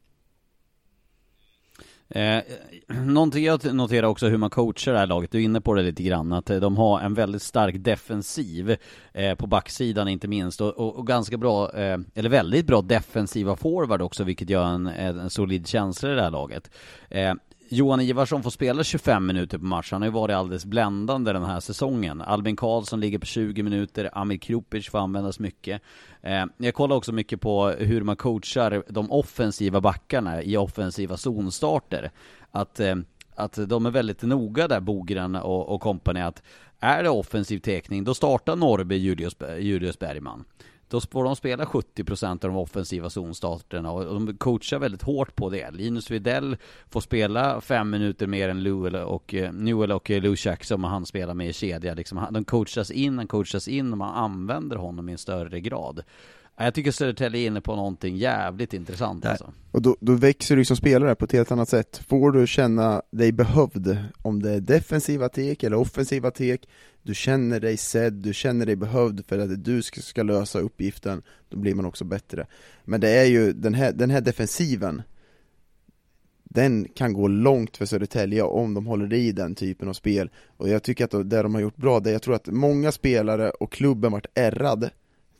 Speaker 4: Någonting jag noterar också hur man coachar det här laget, du är inne på det lite grann, att de har en väldigt stark defensiv på backsidan inte minst, och ganska bra, eller väldigt bra defensiva forward också, vilket gör en solid känsla i det här laget. Johan Ivarsson får spela 25 minuter på match. Han har ju varit alldeles bländande den här säsongen. Albin Karlsson ligger på 20 minuter. Amir Krupic får användas mycket. Jag kollar också mycket på hur man coachar de offensiva backarna i offensiva zonstarter. Att de är väldigt noga där, Bogren och kompani, att är det offensiv tekning, då startar Norrby Julius Bergman. Då får de spela 70% av de offensiva zonstarterna, och de coachar väldigt hårt på det. Linus Widell får spela 5 minuter mer än Newell och Lushak som han spelar med i kedja. Liksom, de coachas in och man använder honom i en större grad. Jag tycker Södertälje är inne på någonting jävligt intressant. Alltså.
Speaker 5: Och då växer du som spelare på ett helt annat sätt. Får du känna dig behövd, om det är defensiva tek eller offensiva tek, du känner dig sedd, du känner dig behövd för att du ska lösa uppgiften, då blir man också bättre. Men det är ju den här defensiven, den kan gå långt för Södertälje om de håller i den typen av spel. Och jag tycker att det de har gjort bra, det jag tror att många spelare och klubben varit ärrad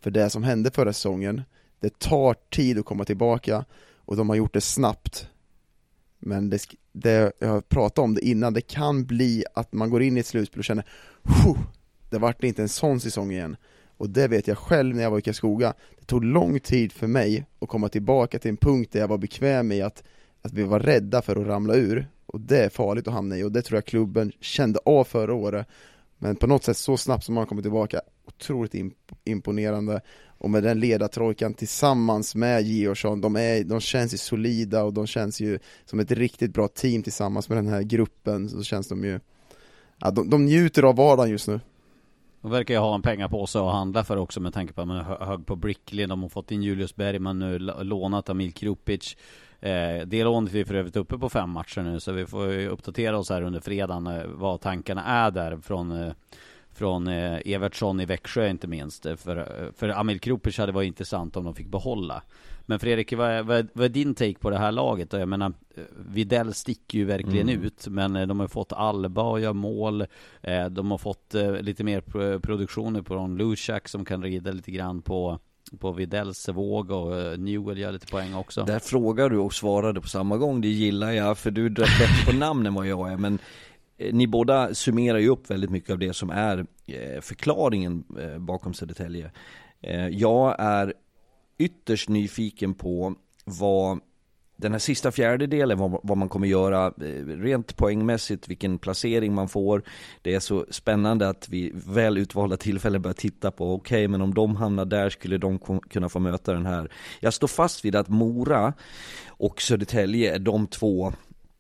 Speaker 5: för det som hände förra säsongen. Det tar tid att komma tillbaka och de har gjort det snabbt. Men det jag pratade om det innan, det kan bli att man går in i ett slutspel och känner det vart inte en sån säsong igen. Och det vet jag själv när jag var i Karlskoga. Det tog lång tid för mig att komma tillbaka till en punkt där jag var bekväm i att vi var rädda för att ramla ur. Och det är farligt att hamna i, och det tror jag klubben kände av förra året. Men på något sätt så snabbt som man kommer tillbaka, otroligt imponerande. Och med den ledartrojkan tillsammans med Georgsson, de känns ju solida och de känns ju som ett riktigt bra team tillsammans med den här gruppen. Så känns de ju, de njuter av vardagen just nu.
Speaker 4: De verkar ju ha en pengapåse att handla för också, med tanke på att man är hög på Brickley. De har fått in Julius Bergman nu, lånat Emil Krupic. Det lånet är för övrigt uppe på 5 matcher nu, så vi får ju uppdatera oss här under fredagen vad tankarna är där från Evertsson i Växjö inte minst. För Emil Krupic hade varit intressant om de fick behålla. Men Fredrik, vad är din take på det här laget? Jag menar, Widell sticker ju verkligen ut, men de har fått Alba och gör mål. De har fått lite mer produktioner på Ron Lushak som kan rida lite grann på Widells våg, och Newell gör lite poäng också.
Speaker 6: Där frågar du och svarade på samma gång, det gillar jag, för du är bättre på namnen vad jag är, men ni båda summerar ju upp väldigt mycket av det som är förklaringen bakom Södertälje. Jag är ytterst nyfiken på vad den här sista fjärdedelen, vad man kommer göra rent poängmässigt, vilken placering man får. Det är så spännande att vi väl utvalda tillfällen börjar titta på, okej, men om de hamnar där skulle de kunna få möta den här. Jag står fast vid att Mora och Södertälje är de två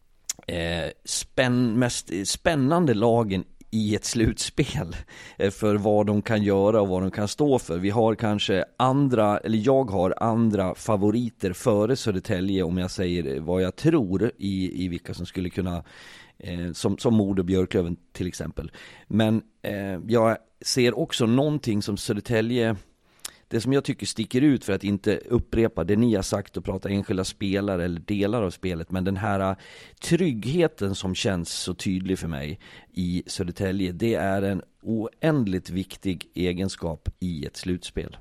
Speaker 6: mest spännande lagen i ett slutspel för vad de kan göra och vad de kan stå för. Vi har kanske jag har andra favoriter före Södertälje, om jag säger vad jag tror i vilka som skulle kunna som Mod och Björklöven till exempel. Men jag ser också någonting som Södertälje, det som jag tycker sticker ut, för att inte upprepa det ni har sagt och prata enskilda spelare eller delar av spelet, men den här tryggheten som känns så tydlig för mig i Södertälje, det är en oändligt viktig egenskap i ett slutspel.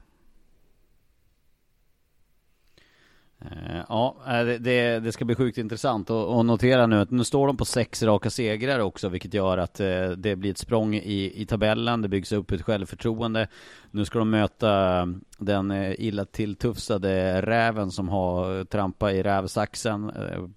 Speaker 4: Ja, det ska bli sjukt intressant att notera nu att nu står de på 6 raka segrar också, vilket gör att det blir ett språng i tabellen. Det byggs upp ett självförtroende. Nu ska de möta den illa tilltufsade räven som har trampat i rävsaxen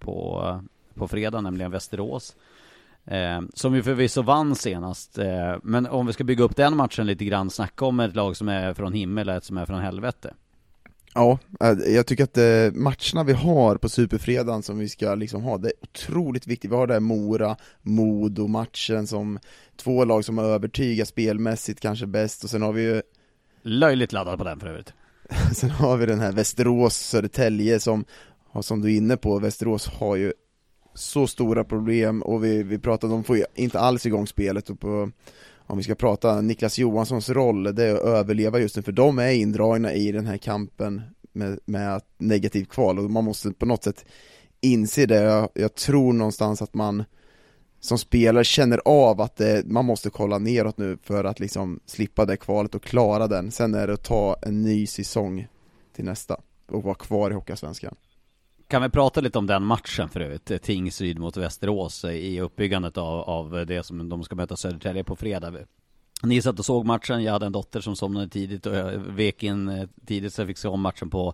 Speaker 4: på fredag, nämligen Västerås. Som ju förvisso vann senast. Men om vi ska bygga upp den matchen lite grann, snacka om ett lag som är från himmel och ett som är från helvete.
Speaker 5: Ja, jag tycker att matcherna vi har på Superfredagen som vi ska liksom ha, det är otroligt viktigt. Vi har där Mora, Modo matchen som 2 lag som övertygar spelmässigt kanske bäst, och sen har vi ju
Speaker 4: löjligt laddad på den för övrigt.
Speaker 5: Sen har vi den här Västerås Södertälje som du är inne på. Västerås har ju så stora problem, och vi pratade, de får ju inte alls igång spelet, och om vi ska prata Niklas Johanssons roll, det är att överleva just nu, för de är indragna i den här kampen med negativt kval, och man måste på något sätt inse det. Jag tror någonstans att man som spelare känner av att man måste kolla neråt nu för att liksom slippa det kvalet och klara den. Sen är det att ta en ny säsong till nästa och vara kvar i Hockeyallsvenskan.
Speaker 4: Kan vi prata lite om den matchen för övrigt, Tingsryd mot Västerås, i uppbyggandet av det som de ska möta Södertälje på fredag. Ni satt och såg matchen, jag hade en dotter som somnade tidigt och jag vek in tidigt, så jag fick se om matchen på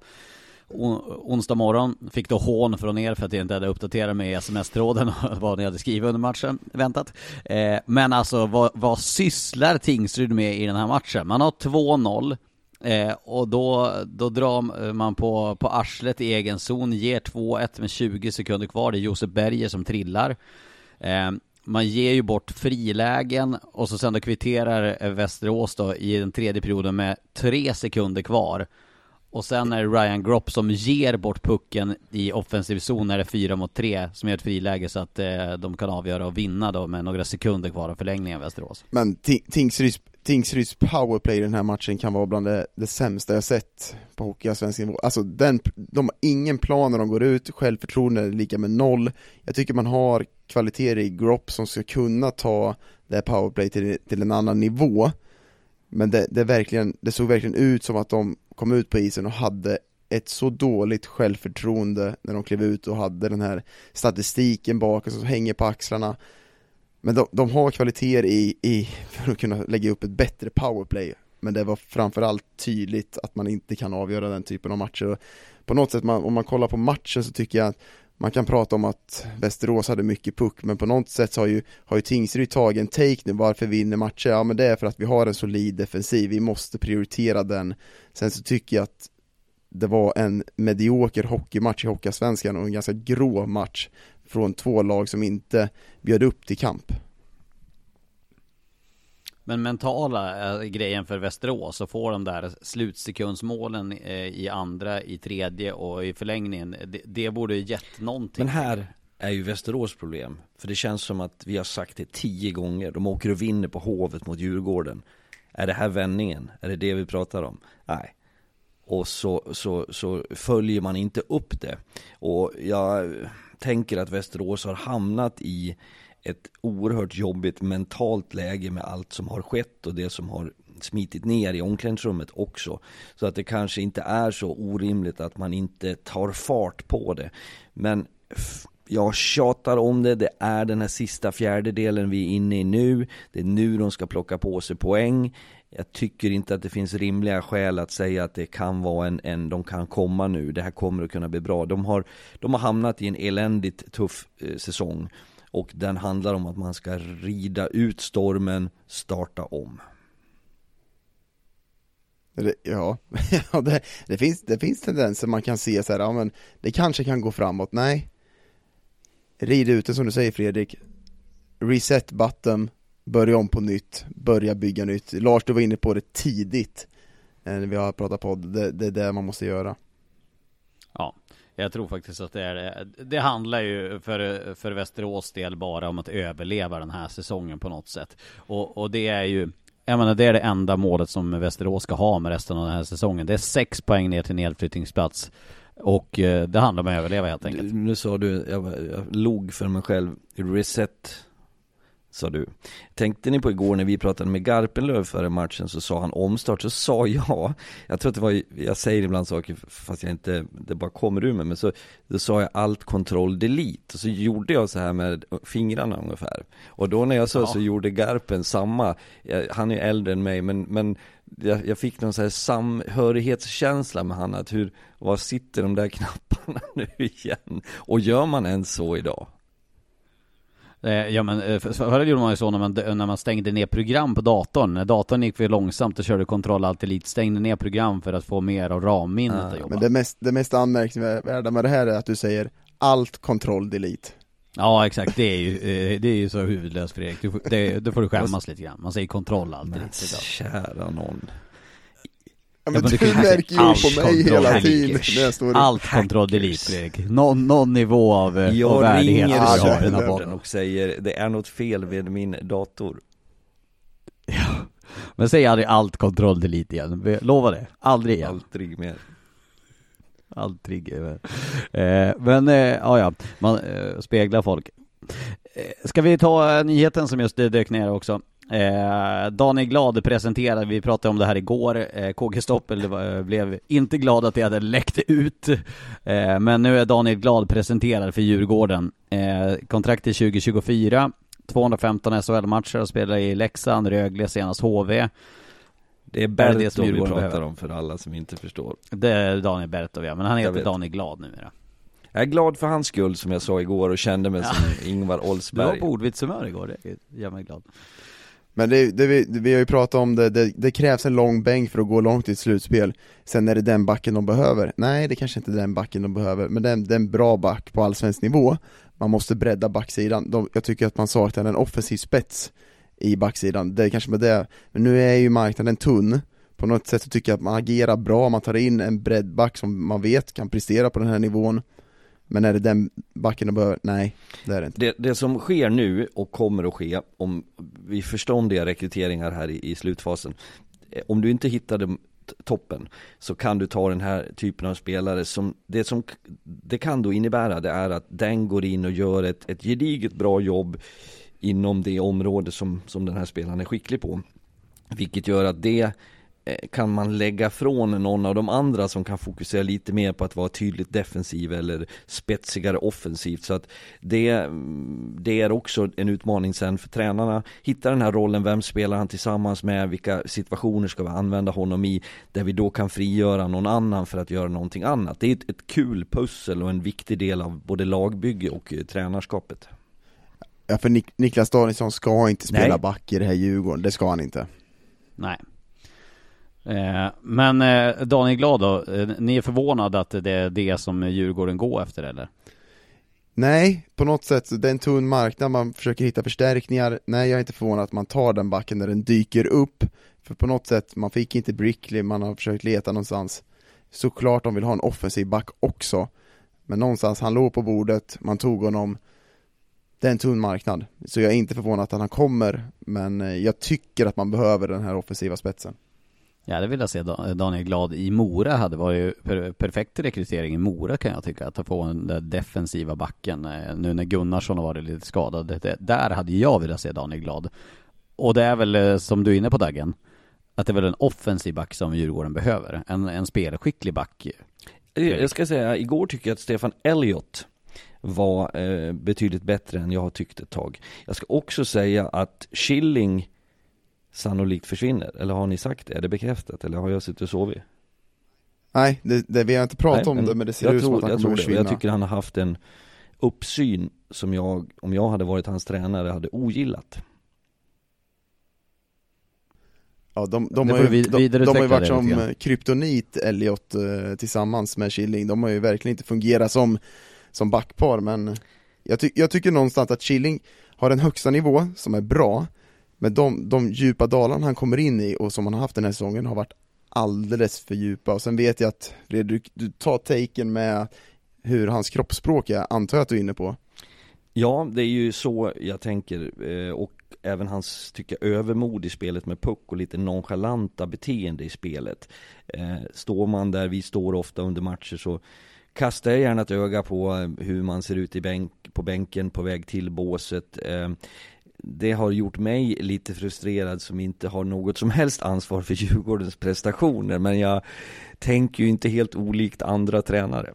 Speaker 4: onsdag morgon. Fick då hån från er för att jag inte hade uppdaterat med sms-tråden vad ni hade skrivit under matchen, väntat. Men alltså, vad sysslar Tingsryd med i den här matchen? Man har 2-0. Och då drar man på arslet i egen zon, ger 2-1 med 20 sekunder kvar. Det är Josef Berger som trillar. Man ger ju bort frilägen, och så sen då kvitterar Västerås då i den tredje perioden med 3 sekunder kvar. Och sen är det Ryan Gropp som ger bort pucken i offensiv zon när det är 4-3 som gör ett friläge, så att de kan avgöra och vinna då med några sekunder kvar av förlängningen av Västerås. Men
Speaker 5: Tingsryds powerplay i den här matchen kan vara bland det sämsta jag sett på Hockeyallsvenskan nivå. Alltså de har ingen plan när de går ut, självförtroende är lika med 0. Jag tycker man har kvaliteter i Gropp som ska kunna ta det här powerplay till en annan nivå. Men det såg verkligen ut som att de kom ut på isen och hade ett så dåligt självförtroende när de klev ut och hade den här statistiken bak som hänger på axlarna. Men de har kvaliteter i för att kunna lägga upp ett bättre powerplay. Men det var framförallt tydligt att man inte kan avgöra den typen av matcher. Och på något sätt, om man kollar på matchen så tycker jag att man kan prata om att Västerås hade mycket puck, men på något sätt så har ju Tingsryd tagit en take nu. Varför vinner matcher? Ja, men det är för att vi har en solid defensiv. Vi måste prioritera den. Sen så tycker jag att det var en medioker hockeymatch i Hockeyallsvenskan och en ganska grå match från två lag som inte bjöd upp till kamp.
Speaker 4: Men mentala grejen för Västerås, så får de där slutsekundsmålen i andra, i tredje och i förlängningen, det borde gett någonting.
Speaker 6: Men här är ju Västerås problem, för det känns som att vi har sagt det 10 gånger. De åker och vinner på Hovet mot Djurgården. Är det här vändningen? Är det vi pratar om? Nej. Och så följer man inte upp det. Och jag tänker att Västerås har hamnat i ett oerhört jobbigt mentalt läge med allt som har skett och det som har smitit ner i omklädningsrummet också. Så att det kanske inte är så orimligt att man inte tar fart på det. Men jag tjatar om det. Det är den här sista fjärdedelen vi är inne i nu. Det är nu de ska plocka på sig poäng. Jag tycker inte att det finns rimliga skäl att säga att det kan vara de kan komma nu. Det här kommer att kunna bli bra. De har hamnat i en eländigt tuff säsong. Och den handlar om att man ska rida ut stormen, starta om.
Speaker 5: Det finns tendenser man kan se så här, ja, men det kanske kan gå framåt. Nej. Rid ut det som du säger, Fredrik. Reset button, börja om på nytt, börja bygga nytt. Lars, du var inne på det tidigt när vi har pratat på det är det man måste göra.
Speaker 4: Ja. Jag tror faktiskt att det handlar ju för Västerås del bara om att överleva den här säsongen på något sätt. Och det är ju, jag menar, det är det enda målet som Västerås ska ha med resten av den här säsongen. Det är 6 poäng ner till nedflyttningsplats. Och det handlar om att överleva helt enkelt.
Speaker 6: Nu sa du, jag log för mig själv, reset, sa du. Tänkte ni på igår när vi pratade med Garpenlöv före matchen, så sa han omstart, så sa jag tror att det var, jag säger ibland saker fast jag inte, det bara kommer ur mig, men så då sa jag alt control delete och så gjorde jag så här med fingrarna ungefär. Och då när jag sa så gjorde Garpen samma. Han är äldre än mig, men jag fick någon så här samhörighetskänsla med han, att vad sitter de där knapparna nu igen? Och gör man ens så idag?
Speaker 4: Ja, men förr gjorde man ju så när man stängde ner program på datorn. När datorn gick för långsamt och körde kontroll allt elit, stängde ner program för att få mer av ramminnet att jobba.
Speaker 5: Men det mest anmärkningsvärda med det här är att du säger alt control delete.
Speaker 4: Ja, exakt. Det är ju så huvudlöst, Fredrik. Då får du skämmas lite grann. Man säger kontroll allt elit.
Speaker 6: Kära någon.
Speaker 5: Ja, men du märker ju på mig hela tiden.
Speaker 4: Allt kontroll delete, Fredrik. Någon nivå av värdighet.
Speaker 6: Jag ringer och säger det är något fel med min dator.
Speaker 4: Ja. Men säg aldrig allt kontroll delete igen. Lova det. Aldrig igen.
Speaker 6: Aldrig mer.
Speaker 4: Aldrig mer. Men ja. Man speglar folk. Ska vi ta nyheten som just dök ner också? Daniel Glad presenterade, vi pratade om det här igår, KG Stoppel blev inte glad att det hade läckt ut, men nu är Daniel Glad presenterad för Djurgården, kontrakt till 2024, 215 SHL-matcher och spelar i Leksand, Rögle, senast HV.
Speaker 6: Det är Bertov vi pratar om för alla som inte förstår.
Speaker 4: Det är Daniel Bertov, ja, men han heter Daniel Glad numera.
Speaker 6: Jag är glad för hans skull, som jag sa igår, och kände mig som Ingvar Oldsberg.
Speaker 4: Du var på ordvitshumör igår, det gör mig glad.
Speaker 5: Men vi har ju pratat om det krävs en lång bänk för att gå långt i ett slutspel. Sen är det den backen de behöver. Nej, det kanske inte är den backen de behöver, men det är en bra back på allsvensk nivå. Man måste bredda backsidan. Jag tycker att man saknar en offensiv spets i backsidan. Det är kanske med det. Men nu är ju marknaden tunn. På något sätt så tycker jag att man agerar bra. Man tar in en breddback som man vet kan prestera på den här nivån. Men är det den backen de behöver? Nej, det är det inte.
Speaker 6: Det som sker nu och kommer att ske, om vi förståndiga rekryteringar här i slutfasen, om du inte hittade toppen, så kan du ta den här typen av spelare som det kan då innebära, det är att den går in och gör ett gediget bra jobb inom det område som den här spelaren är skicklig på. vilket gör att det kan man lägga från någon av de andra som kan fokusera lite mer på att vara tydligt defensiv eller spetsigare offensivt. Så att det är också en utmaning sen för tränarna. Hitta den här rollen, vem spelar han tillsammans med, vilka situationer ska vi använda honom i, där vi då kan frigöra någon annan för att göra någonting annat. Det är ett kul pussel och en viktig del av både lagbygge och tränarskapet.
Speaker 5: Ja, för Niklas Danielsson ska inte spela back i det här Djurgården, det ska han inte.
Speaker 4: Nej. Men Daniel Glad då, ni är förvånade att det är det som Djurgården går efter, eller?
Speaker 5: Nej, på något sätt, det är en tunn marknad, man försöker hitta förstärkningar. Nej, jag är inte förvånad att man tar den backen när den dyker upp. För på något sätt, man fick inte Brickley, man har försökt leta någonstans. Såklart de vill ha en offensiv back också. Men någonstans, han låg på bordet, man tog honom. Det är en tunn marknad, så jag är inte förvånad att han kommer. Men jag tycker att man behöver den här offensiva spetsen.
Speaker 4: Ja, det vill jag se. Daniel Glad i Mora hade varit perfekt rekrytering i Mora, kan jag tycka, att få den defensiva backen nu när Gunnarsson har varit lite skadad. Där hade jag velat se Daniel Glad. Och det är väl, som du är inne på, Daggen, att det är väl en offensiv back som Djurgården behöver. En spelskicklig back.
Speaker 6: Jag ska säga, igår tycker jag att Stefan Elliott var betydligt bättre än jag har tyckt ett tag. Jag ska också säga att Schilling sannolikt försvinner. Eller har ni sagt det? Är det bekräftat? Eller har jag suttit och sovit?
Speaker 5: Nej, det vi har inte pratat om det, men det ser ut som att han kommer försvinna.
Speaker 6: Jag tycker han har haft en uppsyn som jag, om jag hade varit hans tränare, hade ogillat.
Speaker 5: Ja, de har ju varit som kryptonit, Elliot, tillsammans med Schilling. De har ju verkligen inte fungerat som backpar, men jag tycker någonstans att Schilling har en högsta nivå som är bra. Men de djupa dalarna han kommer in i och som han har haft den här säsongen har varit alldeles för djupa. Och sen vet jag att du tar taken med hur hans kroppsspråk är, antar jag att du är inne på.
Speaker 6: Ja, det är ju så jag tänker. Och även hans, tycker jag, övermod i spelet med puck och lite nonchalanta beteende i spelet. Står man där, vi står ofta under matcher, så kastar jag gärna ett öga på hur man ser ut på bänken på väg till båset. Det har gjort mig lite frustrerad som inte har något som helst ansvar för Djurgårdens prestationer. Men jag tänker ju inte helt olikt andra tränare.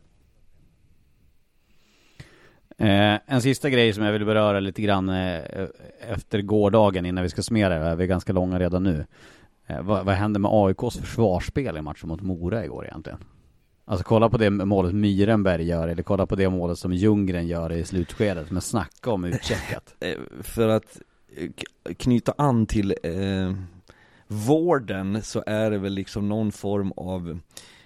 Speaker 4: En sista grej som jag vill beröra lite grann efter gårdagen innan vi ska summera. Vi är ganska långa redan nu. Vad hände med AIKs försvarsspel i matchen mot Mora igår egentligen? Alltså kolla på det målet Myrenberg gör, eller kolla på det målet som Ljunggren gör i slutskedet, men snacka om utcheckat.
Speaker 6: För att knyta an till vården, så är det väl liksom någon form av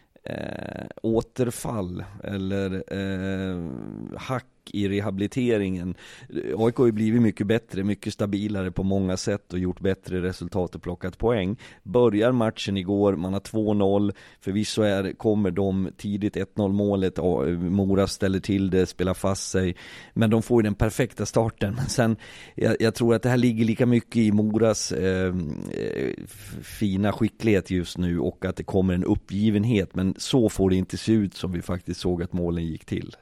Speaker 6: återfall eller hack i rehabiliteringen. AIK har ju blivit mycket bättre, mycket stabilare på många sätt och gjort bättre resultat och plockat poäng. Börjar matchen igår, man har 2-0, förvisso kommer de tidigt 1-0 målet, Mora ställer till det, spelar fast sig, men de får ju den perfekta starten. Men sen, jag tror att det här ligger lika mycket i Moras fina skicklighet just nu, och att det kommer en uppgivenhet, men så får det inte se ut som vi faktiskt såg att målen gick till.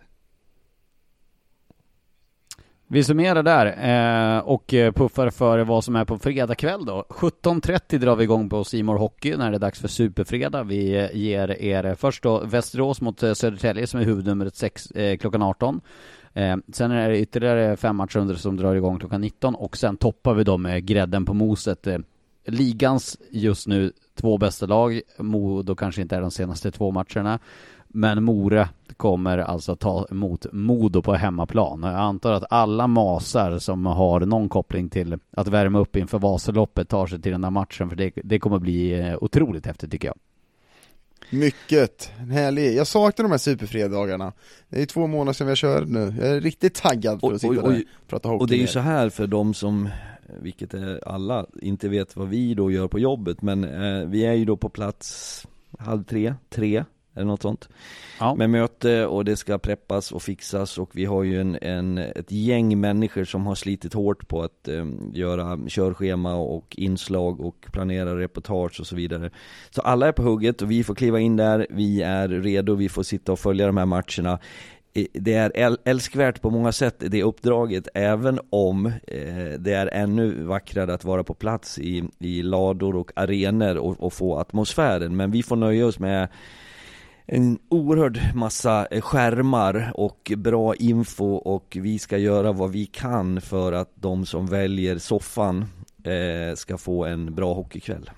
Speaker 4: Vi summerar där och puffar för vad som är på fredag kväll då. 17.30 drar vi igång på C More Hockey när det är dags för Superfredag. Vi ger er först då Västerås mot Södertälje som är huvudnumret 6 klockan 18. Sen är det ytterligare 5 matcher som drar igång klockan 19, och sen toppar vi då med grädden på moset. Ligans just nu 2 bästa lag. Modo kanske inte är de senaste 2 matcherna. Men Mora kommer alltså ta emot Modo på hemmaplan. Jag antar att alla masar som har någon koppling till att värma upp inför Vasaloppet tar sig till den här matchen. För det kommer bli otroligt häftigt, tycker jag.
Speaker 5: Mycket härligt. Jag saknar de här superfredagarna. Det är 2 månader sedan vi kör nu. Jag är riktigt taggad för att sitta där och prata hockey.
Speaker 6: Och det är ju så här för de som, vilket är alla, inte vet vad vi då gör på jobbet. Men vi är ju då på plats 2:30, eller något sånt. Ja. Med möte, och det ska preppas och fixas, och vi har ju ett gäng människor som har slitit hårt på att göra körschema och inslag och planera reportage och så vidare. Så alla är på hugget och vi får kliva in där, vi är redo, vi får sitta och följa de här matcherna. det är älskvärt på många sätt, det uppdraget, även om det är ännu vackrare att vara på plats i lador och arenor och få atmosfären. Men vi får nöja oss med en oerhörd massa skärmar och bra info, och vi ska göra vad vi kan för att de som väljer soffan ska få en bra hockeykväll.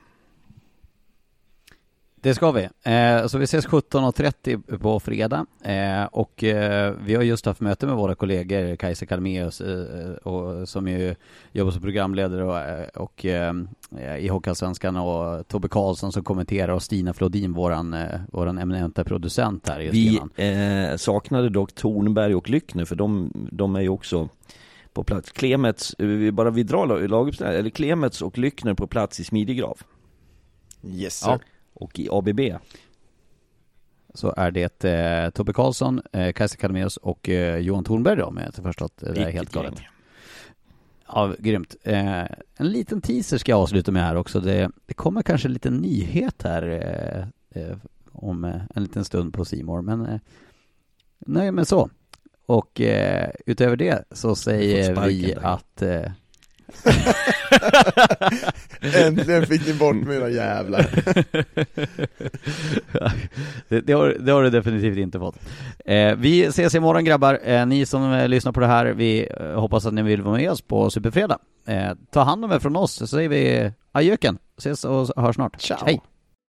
Speaker 4: Det ska vi. Så vi ses 17.30 på fredag. Och vi har just haft möte med våra kollegor Kajsa Kalmeus, som ju jobbar som programledare och i Hockeyallsvenskan, och Tobbe Karlsson som kommenterar, och Stina Flodin, våran eminenta producent här.
Speaker 6: Vi saknade dock Tornberg och Lyckner, för de är ju också på plats. Vi drar laguppställningen, eller Klemets och Lyckner på plats i Smidigrav.
Speaker 5: Yes sir.
Speaker 6: Ja. Och i ABB
Speaker 4: så är det Tobbe Karlsson, Kajsa Kalmeus och Johan Tornberg då, med till förstått. Det är helt galet. Ja, grymt. En liten teaser ska jag avsluta med här också. Det kommer kanske en liten nyhet här om en liten stund på C More, men nej, men så. Och utöver det så säger vi att
Speaker 5: äntligen fick ni bort mina jävlar.
Speaker 4: det har du definitivt inte fått. Vi ses imorgon, grabbar. Ni som lyssnar på det här, vi hoppas att ni vill vara med oss på Superfredag. Ta hand om er från oss, så säger vi adjöken. Ses och hörs snart.
Speaker 5: Ciao.
Speaker 4: Hej.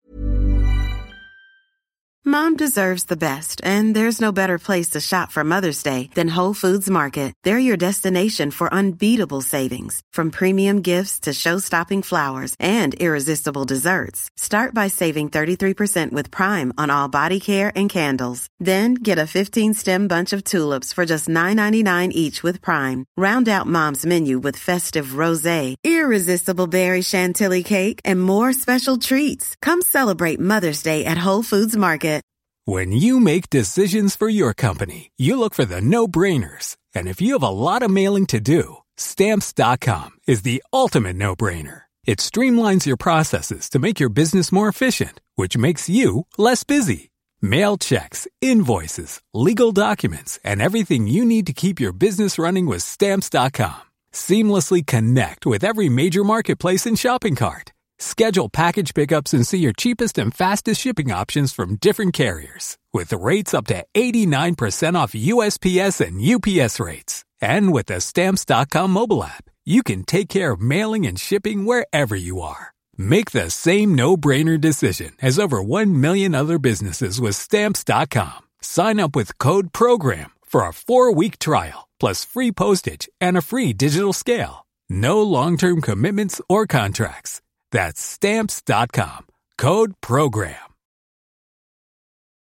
Speaker 11: Mom deserves the best, and there's no better place to shop for Mother's Day than Whole Foods Market. They're your destination for unbeatable savings, from premium gifts to show-stopping flowers and irresistible desserts. Start by saving 33% with Prime on all body care and candles. Then get a 15-stem bunch of tulips for just $9.99 each with Prime. Round out Mom's menu with festive rosé, irresistible berry chantilly cake, and more special treats. Come celebrate Mother's Day at Whole Foods Market.
Speaker 12: When you make decisions for your company, you look for the no-brainers. And if you have a lot of mailing to do, Stamps.com is the ultimate no-brainer. It streamlines your processes to make your business more efficient, which makes you less busy. Mail checks, invoices, legal documents, and everything you need to keep your business running with Stamps.com. Seamlessly connect with every major marketplace and shopping cart. Schedule package pickups and see your cheapest and fastest shipping options from different carriers, with rates up to 89% off USPS and UPS rates. And with the Stamps.com mobile app, you can take care of mailing and shipping wherever you are. Make the same no-brainer decision as over 1 million other businesses with Stamps.com. Sign up with code PROGRAM for a 4-week trial, plus free postage and a free digital scale. No long-term commitments or contracts. That's Stamps.com. Code PROGRAM.